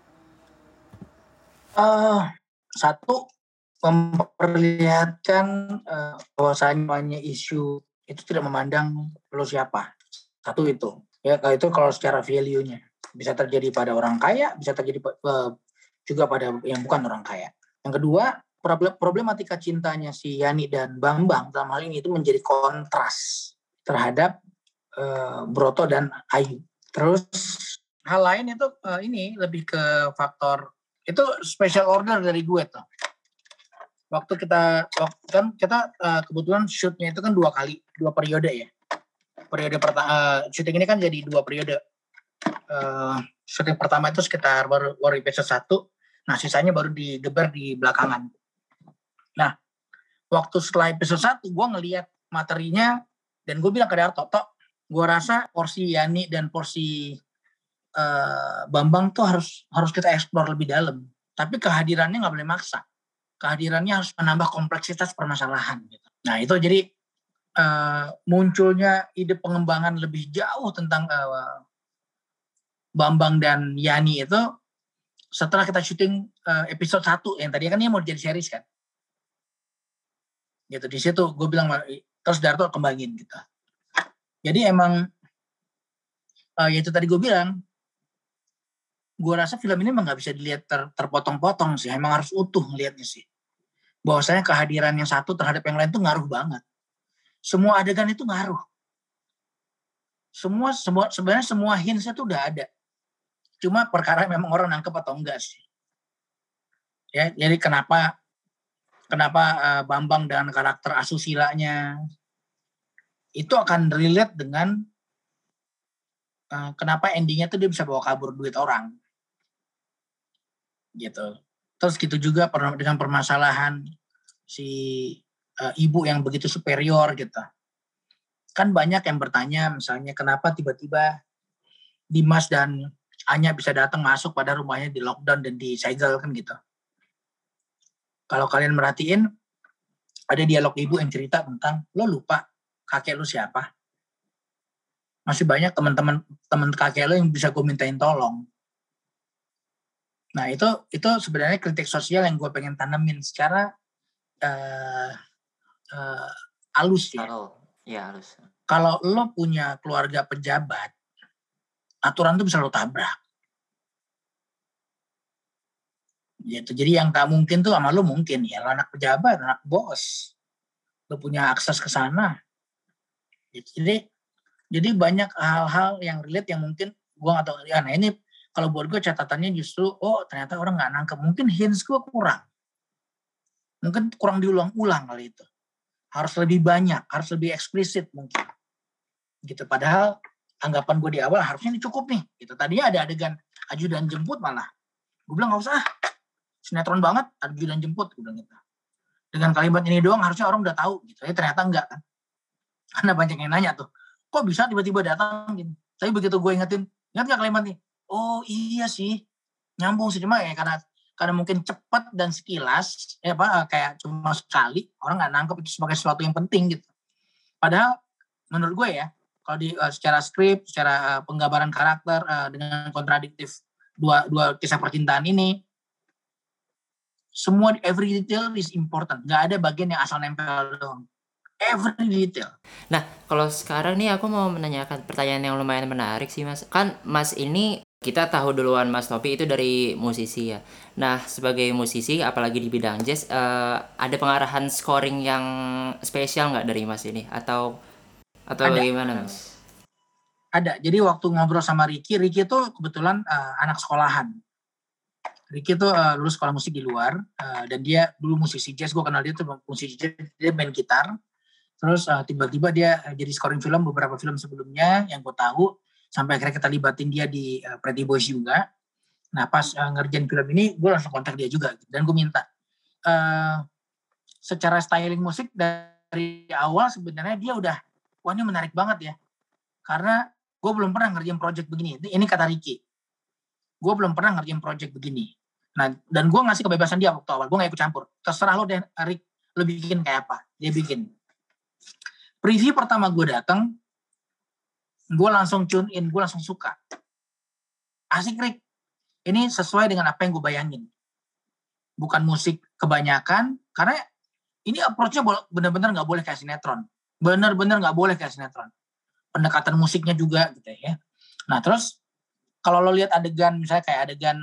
Satu, memperlihatkan bahwasanya isu itu tidak memandang lo siapa. Satu itu. Ya, itu kalau secara value-nya. Bisa terjadi pada orang kaya, bisa terjadi juga pada yang bukan orang kaya. Yang kedua, problematika cintanya si Yani dan Bambang dalam hal ini itu menjadi kontras terhadap Broto dan Ayu. Terus hal lain itu ini lebih ke faktor itu special order dari gue tuh. Waktu kita kebetulan shootnya itu kan 2 periode ya. Periode pertama syuting ini kan jadi 2 periode. Syuting pertama itu sekitar baru episode 1. Nah, sisanya baru digeber di belakangan. Nah, waktu setelah episode 1 gue ngelihat materinya dan gue bilang ke Darto, gue rasa porsi Yani dan porsi Bambang tuh harus kita eksplor lebih dalam. Tapi kehadirannya nggak boleh maksa. Kehadirannya harus menambah kompleksitas permasalahan. Gitu. Nah itu jadi munculnya ide pengembangan lebih jauh tentang Bambang dan Yani itu setelah kita syuting episode 1 yang tadi kan dia mau jadi series kan. Gitu di situ gue bilang terus Darto kembangin gitu. Jadi emang ya itu tadi gue bilang, gue rasa film ini emang nggak bisa dilihat terpotong-potong sih, emang harus utuh ngelihatnya sih. Bahwasanya kehadiran yang satu terhadap yang lain tuh ngaruh banget. Semua adegan itu ngaruh. Sebenarnya semua hints-nya tuh udah ada. Cuma perkara memang orang nangkep atau enggak sih. Ya, jadi kenapa Bambang dengan karakter asusilanya itu akan relate dengan kenapa endingnya tuh dia bisa bawa kabur duit orang. Gitu. Terus gitu juga dengan permasalahan si ibu yang begitu superior gitu. Kan banyak yang bertanya misalnya kenapa tiba-tiba Dimas dan Anya bisa datang masuk pada rumahnya di lockdown dan disegel kan gitu. Kalau kalian merhatiin ada dialog ibu yang cerita tentang lo lupa kakek lu siapa. Masih banyak teman kakek lo yang bisa gue mintain tolong. Nah itu sebenarnya kritik sosial yang gue pengen tanemin secara halus ya. Ya halus. Kalau lo punya keluarga pejabat, aturan tuh bisa lo tabrak. Gitu. Jadi yang tak mungkin tuh sama lo mungkin ya. Lo anak pejabat, anak bos. Lo punya akses ke sana. Gitu. Jadi banyak hal-hal yang relate yang mungkin gue gak tahu. Ya, nah ini kalau buat gue catatannya justru, ternyata orang gak nangkep. Mungkin hints gue kurang. Mungkin kurang diulang-ulang kali itu. Harus lebih banyak, harus lebih eksplisit mungkin. Gitu. Padahal anggapan gue di awal harusnya ini cukup nih. Gitu. Tadinya ada adegan ajudan jemput malah. Gue bilang gak usah. Sinetron banget, ajudan jemput. Gue bilang gitu. Dengan kalimat ini doang harusnya orang udah tahu. Gitu. Ya ternyata enggak kan. Karena banyak yang nanya tuh. Kok bisa tiba-tiba datang gitu. Tapi begitu gue ingat gak kalimat nih? Oh iya sih. Nyambung sih. Cuma ya karena mungkin cepat dan sekilas. Kayak cuma sekali. Orang gak nangkep itu sebagai sesuatu yang penting gitu. Padahal menurut gue ya. Kalau secara skrip, secara penggambaran karakter dengan kontradiktif dua kisah percintaan ini, semua every detail is important. Gak ada bagian yang asal nempel doang. Every detail. Nah, kalau sekarang nih aku mau menanyakan pertanyaan yang lumayan menarik sih Mas. Kan Mas ini kita tahu duluan Mas Topi itu dari musisi ya. Nah, sebagai musisi apalagi di bidang jazz, ada pengarahan scoring yang spesial nggak dari Mas ini? Atau bagaimana Mas? Ada. Jadi waktu ngobrol sama Ricky itu kebetulan anak sekolahan. Ricky tuh lulus sekolah musik di luar dan dia dulu musisi jazz. Gue kenal dia tuh musisi jazz, dia main gitar. Terus tiba-tiba dia jadi scoring film beberapa film sebelumnya yang gue tahu, sampai akhirnya kita libatin dia di Pretty Boys juga. Nah pas ngerjain film ini gue langsung kontak dia juga gitu. Dan gue minta secara styling musik dari awal sebenarnya dia udah, wah ini menarik banget ya, karena gue belum pernah ngerjain project begini. Ini kata Ricky, gue belum pernah ngerjain project begini. Nah dan gue ngasih kebebasan dia waktu awal, gue gak ikut campur, terserah lo deh Rick, lo bikin kayak apa. Dia bikin preview pertama gue datang, gue langsung tune in, gue langsung suka. Asik Rick, ini sesuai dengan apa yang gue bayangin. Bukan musik kebanyakan, karena ini approach-nya benar-benar nggak boleh kayak sinetron. Benar-benar nggak boleh kayak sinetron. Pendekatan musiknya juga gitu ya. Nah terus kalau lo lihat adegan, misalnya kayak adegan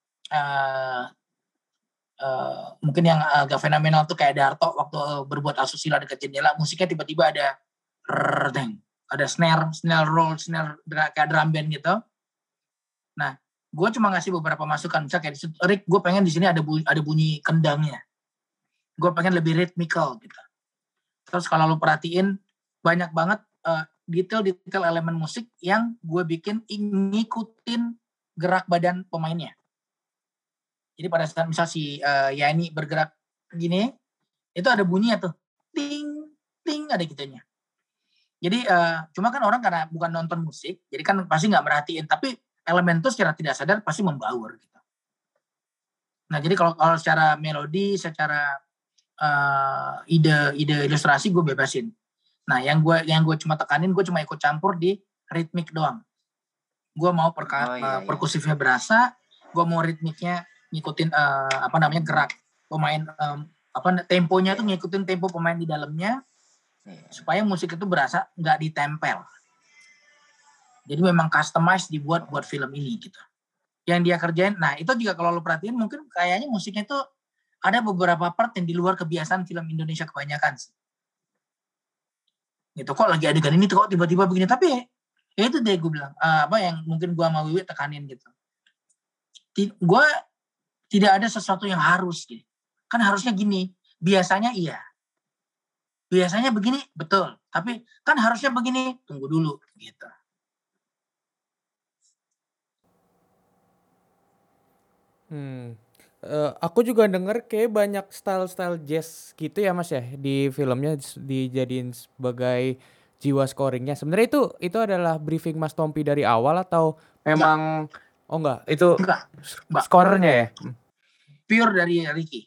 mungkin yang agak fenomenal tuh kayak Darto waktu berbuat asusila dekat jendela, musiknya tiba-tiba ada snare roll, snare kayak drum band gitu. Nah, gue cuma ngasih beberapa masukan, misalnya kayak Rick, gue pengen di sini ada bunyi kendangnya, gue pengen lebih rhythmical gitu. Terus kalau lo perhatiin banyak banget detail elemen musik yang gue bikin ngikutin gerak badan pemainnya. Jadi pada saat misal si Yani bergerak gini, itu ada bunyinya tuh, ting ting, ada gitunya. Jadi cuma kan orang karena bukan nonton musik, jadi kan pasti nggak merhatiin, tapi elemen itu secara tidak sadar pasti membaur gitu. Nah jadi kalau secara melodi, secara ide ilustrasi gue bebasin. Nah yang gue cuma tekanin, gue cuma ikut campur di ritmik doang. Gue mau perkusifnya berasa, gue mau ritmiknya ngikutin gerak pemain, temponya tuh ngikutin tempo pemain di dalamnya, supaya musik itu berasa nggak ditempel. Jadi memang customize dibuat buat film ini gitu. Yang dia kerjain, nah itu juga kalau lo perhatiin mungkin kayaknya musiknya itu ada beberapa part yang di luar kebiasaan film Indonesia kebanyakan sih. Gitu, kok lagi adegan ini tuh kok tiba-tiba begini, tapi ya itu deh gue bilang, yang mungkin gue sama Wiwi tekanin gitu. Gue tidak ada sesuatu yang harus gitu. Kan harusnya gini, biasanya iya. Biasanya begini, betul. Tapi kan harusnya begini, tunggu dulu gitu. Aku juga denger kayak banyak style-style jazz gitu ya Mas ya di filmnya dijadiin sebagai jiwa scoringnya. Sebenarnya itu adalah briefing Mas Tompi dari awal atau memang enggak? Itu Enggak. scorernya ya? Pure dari Ricky.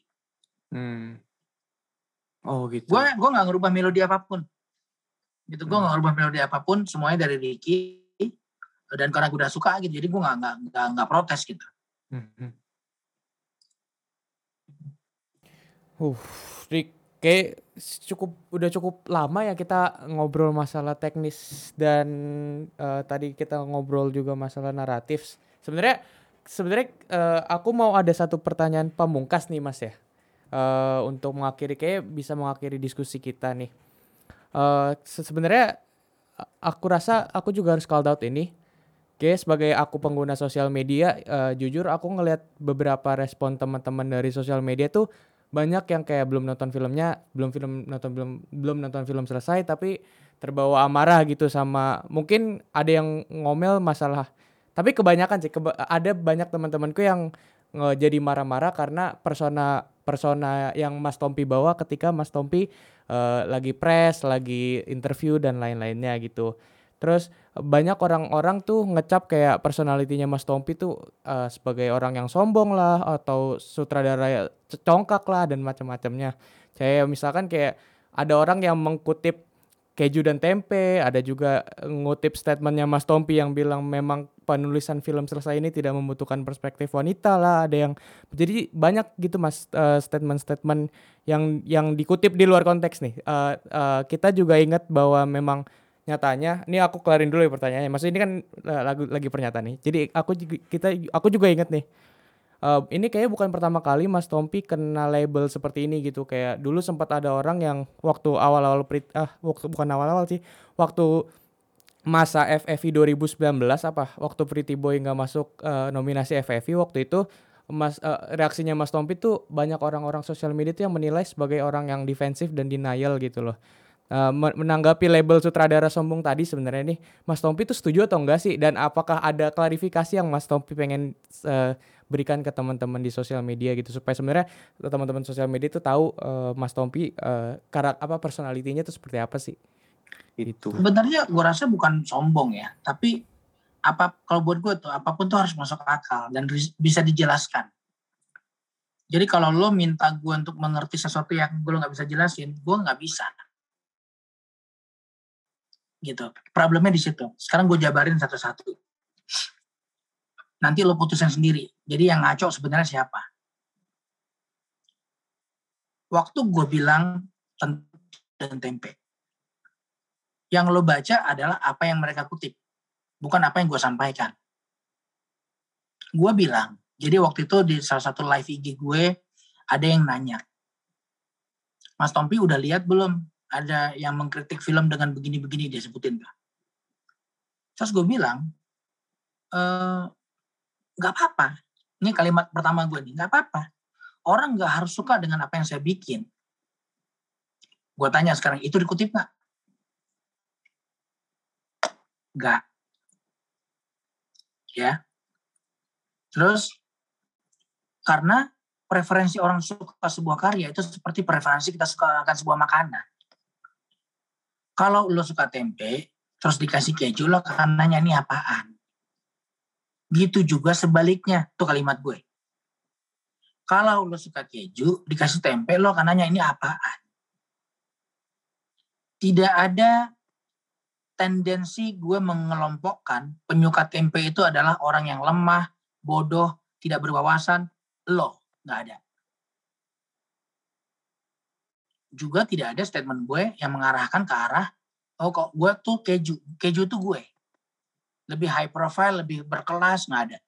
Oh gitu. Gue nggak ngerubah melodi apapun. Gitu, gue nggak ngerubah melodi apapun, semuanya dari Ricky. Dan karena gue udah suka gitu, jadi gue nggak protes gitu. Rick, kayak udah cukup lama ya kita ngobrol masalah teknis dan tadi kita ngobrol juga masalah naratif. Sebenarnya aku mau ada satu pertanyaan pamungkas nih Mas ya, untuk bisa mengakhiri diskusi kita nih. Sebenarnya aku rasa aku juga harus call out ini. Sebagai aku pengguna sosial media, jujur aku ngelihat beberapa respon teman-teman dari sosial media tuh banyak yang kayak belum nonton film selesai tapi terbawa amarah gitu, sama mungkin ada yang ngomel masalah, tapi kebanyakan sih ada banyak teman-temanku yang jadi marah-marah karena persona yang Mas Tompi bawa ketika Mas Tompi lagi press, lagi interview dan lain-lainnya gitu. Terus banyak orang-orang tuh ngecap kayak personalitinya Mas Tompi tuh sebagai orang yang sombong lah, atau sutradara congkak lah dan macam-macamnya. Kayak misalkan kayak ada orang yang mengkutip Keju dan Tempe, ada juga ngutip statementnya Mas Tompi yang bilang memang penulisan film selesai ini tidak membutuhkan perspektif wanita lah, ada yang jadi banyak gitu Mas, statement-statement yang dikutip di luar konteks nih. Kita juga ingat bahwa memang nyatanya, ini aku kelarin dulu ya pertanyaannya. Maksudnya ini kan lagi pernyataan nih. Jadi aku juga ingat nih. Ini kayaknya bukan pertama kali Mas Tompi kena label seperti ini gitu. Kayak dulu sempat ada orang yang waktu bukan awal-awal sih. Waktu masa FFI 2019 waktu Pretty Boy nggak masuk nominasi FFI waktu itu, reaksinya Mas Tompi tuh banyak orang-orang sosial media tuh yang menilai sebagai orang yang defensif dan denial gitu loh. menanggapi label sutradara sombong tadi sebenarnya nih, Mas Tompi tuh setuju atau enggak sih? Dan apakah ada klarifikasi yang Mas Tompi pengen berikan ke teman-teman di sosial media gitu, supaya sebenarnya teman-teman sosial media tuh tahu Mas Tompi personalitinya tuh seperti apa sih? Itu. Sebenarnya gue rasa bukan sombong ya, tapi kalau buat gue tuh apapun tuh harus masuk akal dan bisa dijelaskan. Jadi kalau lo minta gue untuk mengerti sesuatu yang gue nggak bisa jelasin, gue nggak bisa. Gitu. Problemnya di situ. Sekarang gue jabarin satu-satu. Nanti lo putusin sendiri. Jadi yang ngaco sebenarnya siapa? Waktu gue bilang dan tempe, yang lo baca adalah apa yang mereka kutip, bukan apa yang gue sampaikan. Gue bilang, jadi waktu itu di salah satu live IG gue, ada yang nanya, Mas Tompi udah lihat belum ada yang mengkritik film dengan begini-begini, dia sebutin. Terus gue bilang, gak apa-apa. Ini kalimat pertama gue nih, gak apa-apa. Orang gak harus suka dengan apa yang saya bikin. Gue tanya sekarang, itu dikutip gak? Gak. Ya. Terus, karena preferensi orang suka sebuah karya itu seperti preferensi kita suka akan sebuah makanan. Kalau lo suka tempe, terus dikasih keju, lo akan nanya ini apaan. Gitu juga sebaliknya, tuh kalimat gue. Kalau lo suka keju, dikasih tempe, lo akan nanya ini apaan. Tidak ada tendensi gue mengelompokkan penyuka tempe itu adalah orang yang lemah, bodoh, tidak berwawasan. Lo, gak ada. Juga tidak ada statement gue yang mengarahkan ke arah, oh kok gue tuh keju tuh gue. Lebih high profile, lebih berkelas, gak ada.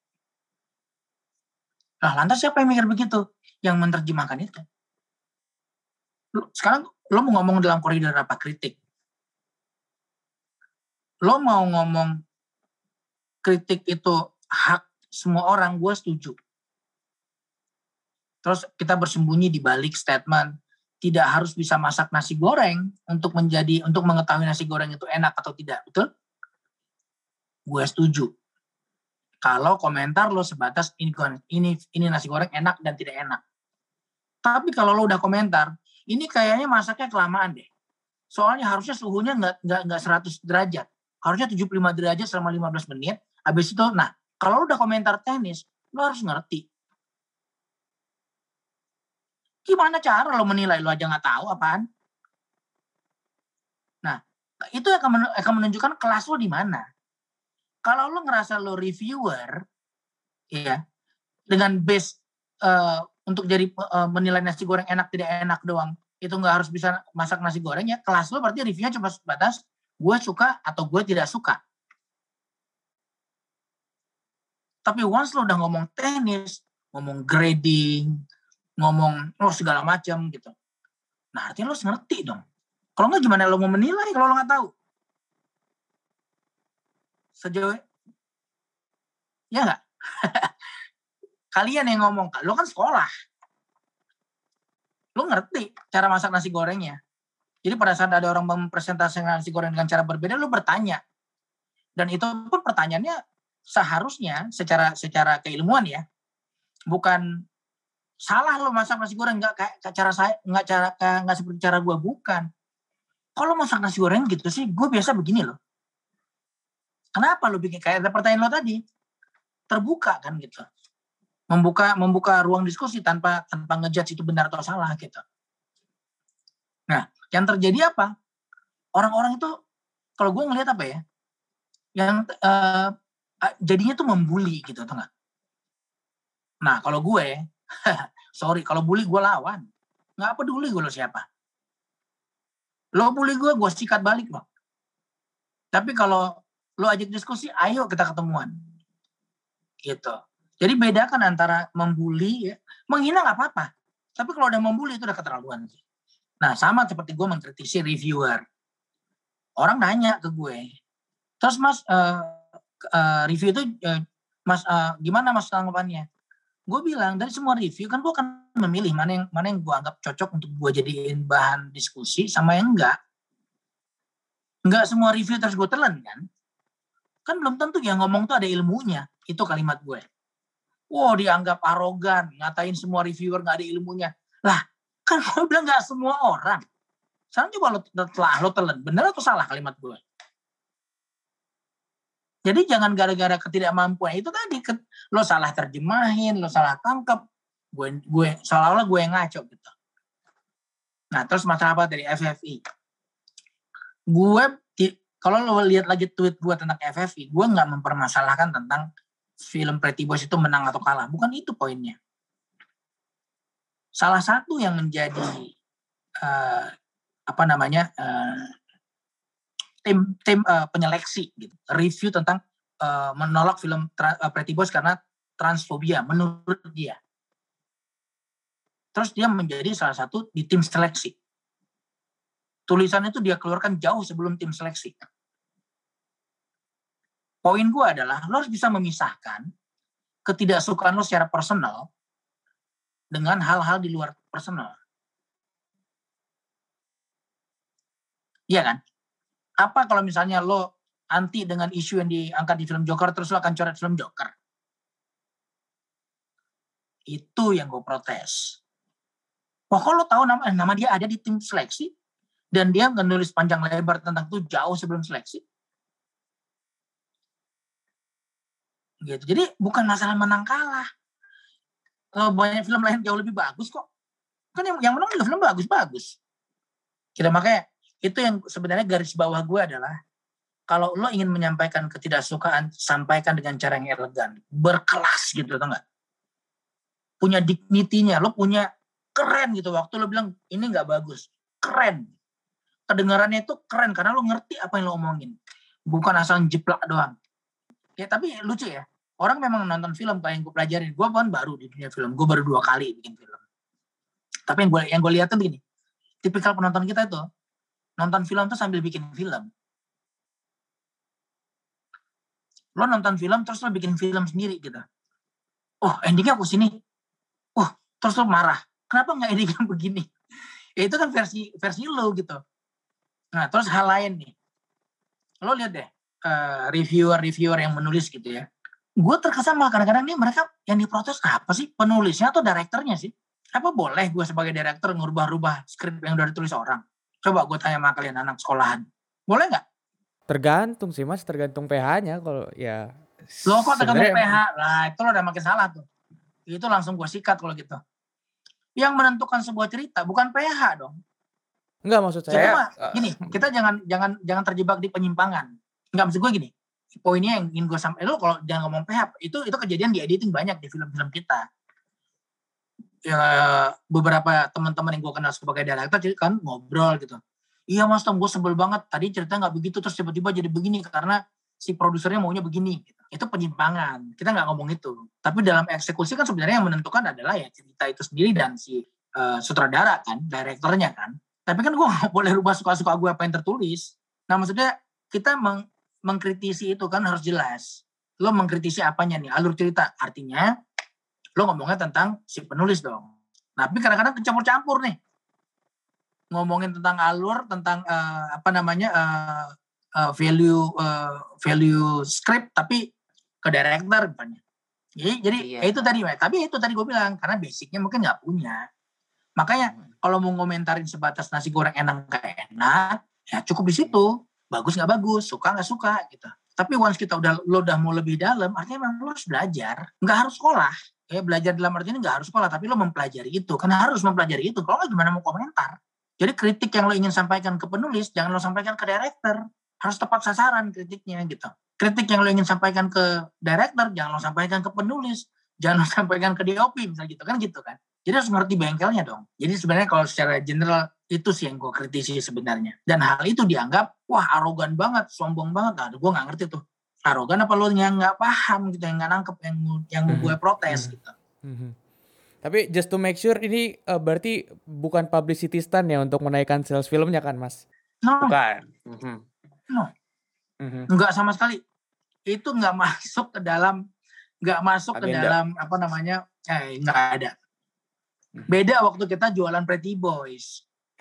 Nah, lantas siapa yang mikir begitu? Yang menerjemahkan itu. Sekarang lo mau ngomong dalam koridor apa? Kritik. Lo mau ngomong kritik itu hak semua orang, gue setuju. Terus kita bersembunyi di balik statement, tidak harus bisa masak nasi goreng untuk mengetahui nasi goreng itu enak atau tidak, betul? Gue setuju. Kalau komentar lo sebatas ini nasi goreng enak dan tidak enak. Tapi kalau lo udah komentar, ini kayaknya masaknya kelamaan deh. Soalnya harusnya suhunya nggak 100 derajat. Harusnya 75 derajat selama 15 menit. Habis itu, nah, kalau lo udah komentar teknis, lo harus ngerti. Gimana cara lo menilai, lo aja nggak tahu apaan? Nah, itu akan menunjukkan kelas lo di mana. Kalau lo ngerasa lo reviewer, ya, dengan base untuk jadi menilai nasi goreng enak tidak enak doang, itu nggak harus bisa masak nasi goreng, ya kelas lo berarti reviewnya cuma sebatas gue suka atau gue tidak suka. Tapi once lo udah ngomong teknis, ngomong grading, ngomong segala macam gitu, nah artinya lo harus ngerti dong. Kalau nggak gimana lo mau menilai kalau lo nggak tahu? Sejauh ya nggak? Kalian yang ngomong, lo kan sekolah, lo ngerti cara masak nasi gorengnya. Jadi pada saat ada orang mempresentasikan nasi goreng dengan cara berbeda, lo bertanya. Dan itu pun pertanyaannya seharusnya secara keilmuan ya, bukan salah lo masak nasi goreng nggak seperti cara gue, bukan. Kalau masak nasi goreng gitu sih, gue biasa begini loh. Kenapa lo bikin kayak ada pertanyaan lo tadi? Terbuka kan gitu. Membuka ruang diskusi tanpa ngejudge itu benar atau salah gitu. Nah, yang terjadi apa? Orang-orang itu, kalau gue ngelihat apa ya, yang jadinya tuh membuli gitu, tuh nggak? Nah, kalau gue, sorry, kalau bully gue lawan. Nggak peduli gue lo siapa. Lo bully gue sikat balik lo. Tapi kalau lo ajak diskusi, ayo kita ketemuan. Gitu. Jadi bedakan antara membuli, ya. Menghina nggak apa-apa. Tapi kalau udah membuli itu udah keterlaluan. Nah, sama seperti gue mengkritisi reviewer. Orang nanya ke gue, terus mas review itu, mas gimana mas tanggapannya? Gue bilang dari semua review kan gue akan memilih mana yang gue anggap cocok untuk gue jadiin bahan diskusi sama yang enggak. Nggak semua review terus gue telan kan. Kan belum tentu yang ngomong tuh ada ilmunya. Itu kalimat gue. Wow, dianggap arogan, ngatain semua reviewer nggak ada ilmunya. Lah, kan gue bilang nggak semua orang. Sekarang coba lo telan, bener atau salah kalimat gue? Jadi jangan gara-gara ketidakmampuan itu tadi, lo salah terjemahin, lo salah tangkap, gue seolah-olah gue yang ngaco gitu. Nah, terus masalah apa dari FFI? Kalau lo lihat lagi tweet gue tentang FFI, gue nggak mempermasalahkan tentang film Pretty Boys itu menang atau kalah. Bukan itu poinnya. Salah satu yang menjadi tim penyeleksi gitu, review tentang menolak film Pretty Boys karena transfobia menurut dia. Terus dia menjadi salah satu di tim seleksi. Tulisan itu dia keluarkan jauh sebelum tim seleksi. Poin gue adalah lo harus bisa memisahkan ketidaksukaan lo secara personal dengan hal-hal di luar personal. Iya kan? Apa kalau misalnya lo anti dengan isu yang diangkat di film Joker, terus lo akan coret film Joker? Itu yang gue protes. Wah, kalau lo tahu nama dia ada di tim seleksi dan dia menulis panjang lebar tentang itu jauh sebelum seleksi. Gitu. Jadi bukan masalah menang kalah. Banyak film lain jauh lebih bagus kok. Kan yang menang juga film bagus-bagus. Kita makanya itu yang sebenarnya garis bawah gue adalah kalau lo ingin menyampaikan ketidaksukaan, sampaikan dengan cara yang elegan, berkelas gitu, tau nggak? Punya dignity-nya, lo punya keren gitu. Waktu lo bilang ini nggak bagus, keren. Kedengarannya itu keren karena lo ngerti apa yang lo omongin, bukan asal jeplak doang. Ya tapi lucu ya, orang memang nonton film kayak yang gue pelajarin. Gue kan baru di dunia film, gue baru 2 kali bikin film. Tapi yang gue lihat tuh begini, tipikal penonton kita itu nonton film tuh sambil bikin film. Lo nonton film terus lo bikin film sendiri gitu. Oh, endingnya aku sini. Oh, terus lo marah. Kenapa nggak endingnya begini? Ya itu kan versi lo gitu. Nah, terus hal lain nih. Lo lihat deh reviewer yang menulis gitu ya. Gue terkesan malah kadang-kadang nih mereka yang diprotes apa sih? Penulisnya atau direkturnya sih? Apa boleh gue sebagai direktur ngubah-rubah skrip yang udah ditulis orang? Coba gue tanya sama kalian anak sekolahan. Boleh nggak? Tergantung sih mas, tergantung PH-nya kalau ya. Lo kok tergantung PH? Lah itu lo udah makin salah tuh. Itu langsung gue sikat kalau gitu. Yang menentukan sebuah cerita bukan PH dong. Enggak, maksud saya. Gini, kita jangan terjebak di penyimpangan. Enggak, maksud gue gini. Poinnya yang ingin gue sampaikan, lo kalau jangan ngomong PH, itu kejadian di editing banyak di film-film kita. Ya, beberapa teman-teman yang gue kenal sebagai director kan ngobrol gitu. Iya mas Tom, gue sebel banget. Tadi cerita nggak begitu, terus tiba-tiba jadi begini karena si produsernya maunya begini. Gitu. Itu penyimpangan. Kita nggak ngomong itu. Tapi dalam eksekusi kan sebenarnya yang menentukan adalah ya cerita itu sendiri dan si sutradara kan, direkturnya kan. Tapi kan gue nggak boleh rubah suka-suka gue apa yang tertulis. Nah maksudnya kita mengkritisi itu kan harus jelas. Lo mengkritisi apanya nih? Alur cerita. Artinya lo ngomongnya tentang si penulis dong. Tapi kadang-kadang kecampur-campur nih. Ngomongin tentang alur, tentang value script, tapi ke director misalnya. Jadi iya. Itu tadi, tapi itu tadi gue bilang karena basicnya mungkin nggak punya. Makanya kalau mau ngomentarin sebatas nasi goreng enak nggak enak, ya cukup di situ. Bagus nggak bagus, suka nggak suka gitu. Tapi once lo udah mau lebih dalam, artinya memang lo harus belajar, nggak harus sekolah. Ya belajar dalam artinya nggak harus sekolah, tapi lo mempelajari itu. Karena harus mempelajari itu. Kalau nggak gimana mau komentar? Jadi kritik yang lo ingin sampaikan ke penulis, jangan lo sampaikan ke director. Harus tepat sasaran kritiknya gitu. Kritik yang lo ingin sampaikan ke director, jangan lo sampaikan ke penulis. Jangan lo sampaikan ke DOP misalnya gitu kan. Jadi harus ngerti bengkelnya dong. Jadi sebenarnya kalau secara general itu sih yang gue kritisi sebenarnya. Dan hal itu dianggap, wah arogan banget, sombong banget. Nah, gue nggak ngerti tuh. Arogan apa lo yang nggak paham gitu, yang nggak nangkep, yang mau gue protes gitu. Tapi just to make sure ini berarti bukan publicity stunt ya untuk menaikkan sales filmnya kan mas? No. Bukan. No. Nggak sama sekali. Itu nggak masuk ke dalam apa namanya, nggak ada. Beda waktu kita jualan Pretty Boys.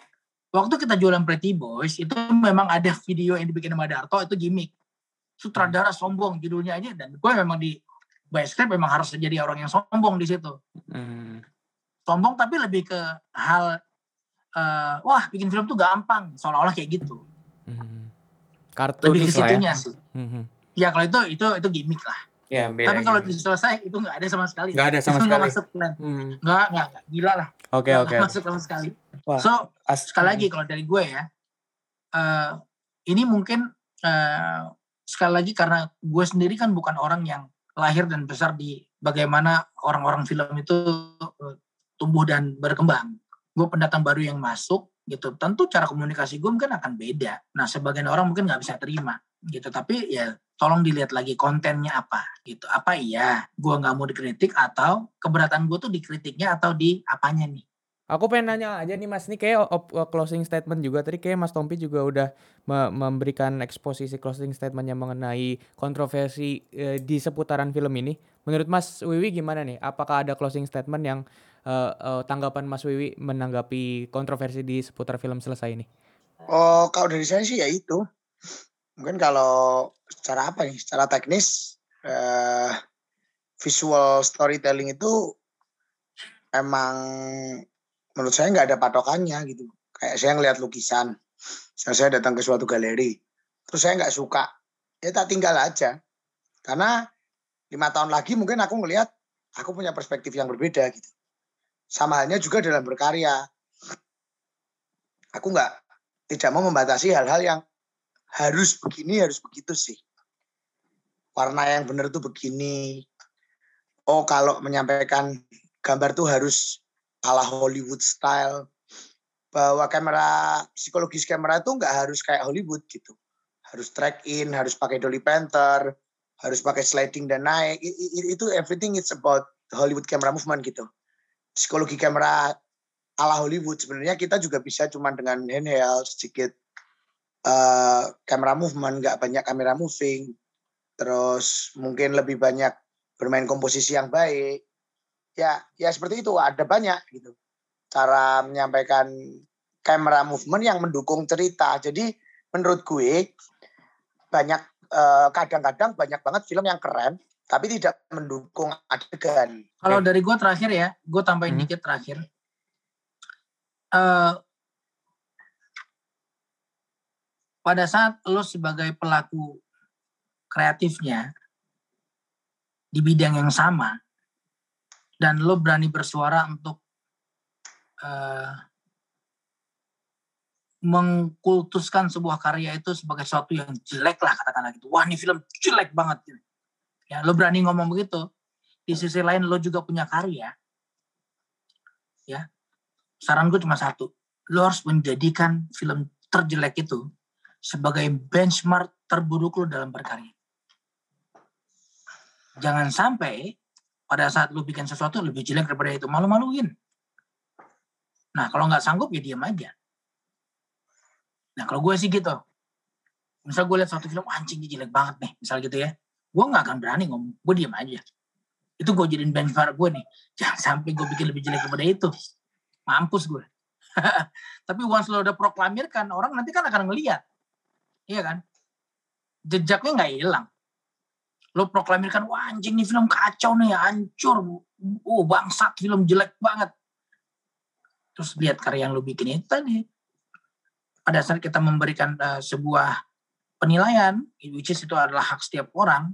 Waktu kita jualan Pretty Boys itu memang ada video yang dibikin sama Darto, itu gimmick. Sutradara sombong judulnya aja, dan gue memang di by script memang harus jadi orang yang sombong di situ. Sombong tapi lebih ke hal wah bikin film tuh gampang, seolah-olah kayak gitu. Kartunis lebih ke situnya ya. sih. Ya kalau itu gimmick lah. Ya, tapi kalau selesai itu nggak ada sama sekali. Nggak ada sama itu sekali. Nggak masuk plan. Nggak gila lah. Oke. Nggak masuk sama sekali. Wah, so sekali lagi kalau dari gue ya, ini mungkin sekali lagi karena gue sendiri kan bukan orang yang lahir dan besar di bagaimana orang-orang film itu tumbuh dan berkembang. Gue pendatang baru yang masuk gitu. Tentu cara komunikasi gue mungkin akan beda. Nah sebagian orang mungkin nggak bisa terima gitu. Tapi ya tolong dilihat lagi kontennya apa gitu. Apa iya gue nggak mau dikritik atau keberatan gue tuh dikritiknya atau di apanya nih. Aku pengen nanya aja nih Mas, nih kayak closing statement juga. Tadi kayak Mas Tompi juga udah memberikan eksposisi closing statementnya mengenai kontroversi di seputaran film ini. Menurut Mas Wiwi gimana nih? Apakah ada closing statement yang tanggapan Mas Wiwi menanggapi kontroversi di seputar film Selesai ini? Oh, kalau dari saya sih ya itu. Mungkin kalau secara apa nih? Secara teknis, visual storytelling itu emang menurut saya nggak ada patokannya gitu. Kayak saya ngelihat lukisan, saya datang ke suatu galeri, terus saya nggak suka, ya tak tinggal aja. Karena 5 tahun lagi mungkin aku ngelihat, aku punya perspektif yang berbeda gitu. Sama halnya juga dalam berkarya. Aku tidak mau membatasi hal-hal yang harus begini, harus begitu sih. Warna yang benar tuh begini. Oh, kalau menyampaikan gambar tuh harus ala Hollywood style. Bahwa psikologis kamera itu nggak harus kayak Hollywood gitu. Harus track in, harus pakai dolly panther, harus pakai sliding dan naik. Itu everything it's about Hollywood camera movement gitu. Psikologi kamera ala Hollywood sebenarnya kita juga bisa cuma dengan handheld sedikit kamera movement, nggak banyak kamera moving, terus mungkin lebih banyak bermain komposisi yang baik. Ya seperti itu, ada banyak gitu cara menyampaikan kamera movement yang mendukung cerita. Jadi menurut gue banyak kadang-kadang banyak banget film yang keren tapi tidak mendukung adegan. Kalau dari gue terakhir ya, gue tambahin dikit terakhir. Pada saat lo sebagai pelaku kreatifnya di bidang yang sama dan lo berani bersuara untuk mengkultuskan sebuah karya itu sebagai sesuatu yang jelek lah katakanlah gitu. Wah ini film jelek banget gitu. Ya, lo berani ngomong begitu. Di sisi lain lo juga punya karya. Ya. Saran gue cuma satu. Lo harus menjadikan film terjelek itu sebagai benchmark terburuk lo dalam berkarya. Jangan sampai pada saat lo bikin sesuatu lebih jelek daripada itu, malu-maluin. Nah, kalau nggak sanggup ya diam aja. Nah, kalau gue sih gitu. Misal gue lihat suatu film, anjing ini jelek banget nih, misal gitu ya. Gue nggak akan berani ngomong, gue diam aja. Itu gue jadiin benchmark gue nih. Jangan sampai gue bikin lebih jelek daripada itu. Mampus gue. Tapi once lo udah proklamirkan, orang nanti kan akan ngelihat. Iya kan? Jejaknya nggak hilang. Lo proklamirkan, wah anjing nih film kacau nih, hancur. Oh bangsat, film jelek banget. Terus lihat karya yang lo bikin itu tadi. Pada saat kita memberikan sebuah penilaian, which is itu adalah hak setiap orang,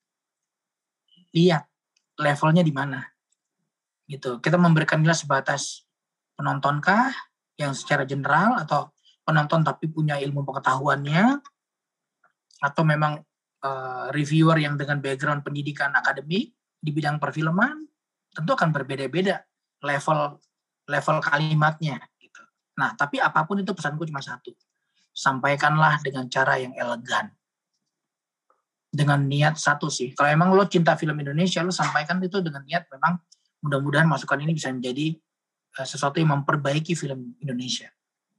lihat levelnya di mana. Gitu. Kita memberikan nilai sebatas penontonkah yang secara general atau penonton tapi punya ilmu pengetahuannya, atau memang reviewer yang dengan background pendidikan akademik di bidang perfilman, tentu akan berbeda-beda level kalimatnya gitu. Nah, tapi apapun itu pesanku cuma satu. Sampaikanlah dengan cara yang elegan. Dengan niat satu sih. Kalau emang lo cinta film Indonesia, lo sampaikan itu dengan niat memang mudah-mudahan masukan ini bisa menjadi sesuatu yang memperbaiki film Indonesia.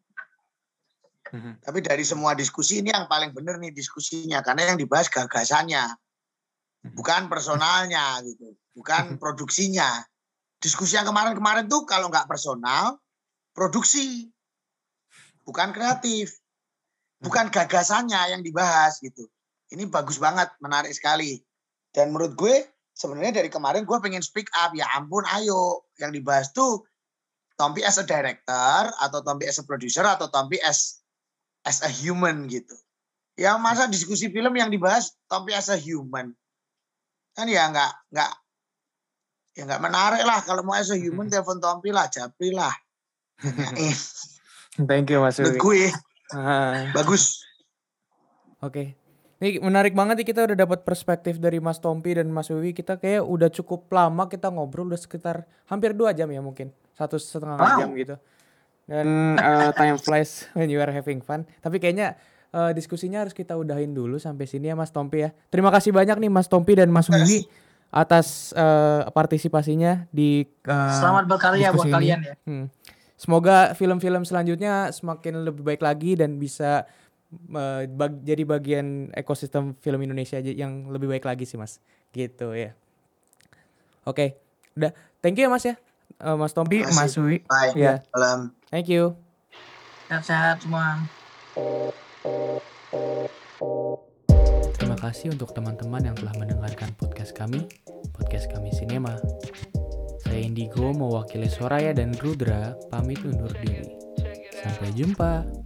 Tapi dari semua diskusi ini yang paling benar nih diskusinya, karena yang dibahas gagasannya, bukan personalnya gitu, bukan produksinya. Diskusi yang kemarin-kemarin tuh kalau nggak personal, produksi. bukan kreatif. Bukan gagasannya yang dibahas gitu. Ini bagus banget, menarik sekali. Dan menurut gue, sebenarnya dari kemarin gue pengen speak up. Ya ampun, ayo. Yang dibahas tuh Tompi as a director, atau Tompi as a producer, atau Tompi as a human gitu. Ya masa diskusi film yang dibahas Tompi as a human. Kan ya nggak menarik lah. Kalau mau as a human, telepon Tompi lah, Japri lah. Thank you Mas Menurut Wiwi. gue, bagus. Oke. Ini menarik banget nih, kita udah dapat perspektif dari Mas Tompi dan Mas Wiwi. Kita kayak udah cukup lama kita ngobrol, udah sekitar hampir 2 jam ya mungkin. 1,5 jam gitu. Dan time flies when you are having fun. Tapi kayaknya diskusinya harus kita udahin dulu sampai sini ya Mas Tompi ya. Terima kasih banyak nih Mas Tompi dan Mas Wiwi atas partisipasinya di Selamat berkarya buat kalian ya. Semoga film-film selanjutnya semakin lebih baik lagi dan bisa jadi bagian ekosistem film Indonesia yang lebih baik lagi sih Mas. Gitu ya. Oke, udah. Thank you ya Mas ya. Mas Tompi, Mas Wiwi. Bye. Ya. Salam. Thank you. Sehat-sehat semua. Terima kasih untuk teman-teman yang telah mendengarkan podcast kami Sinema. Saya Indigo mewakili Soraya dan Rudra pamit undur diri. Sampai jumpa.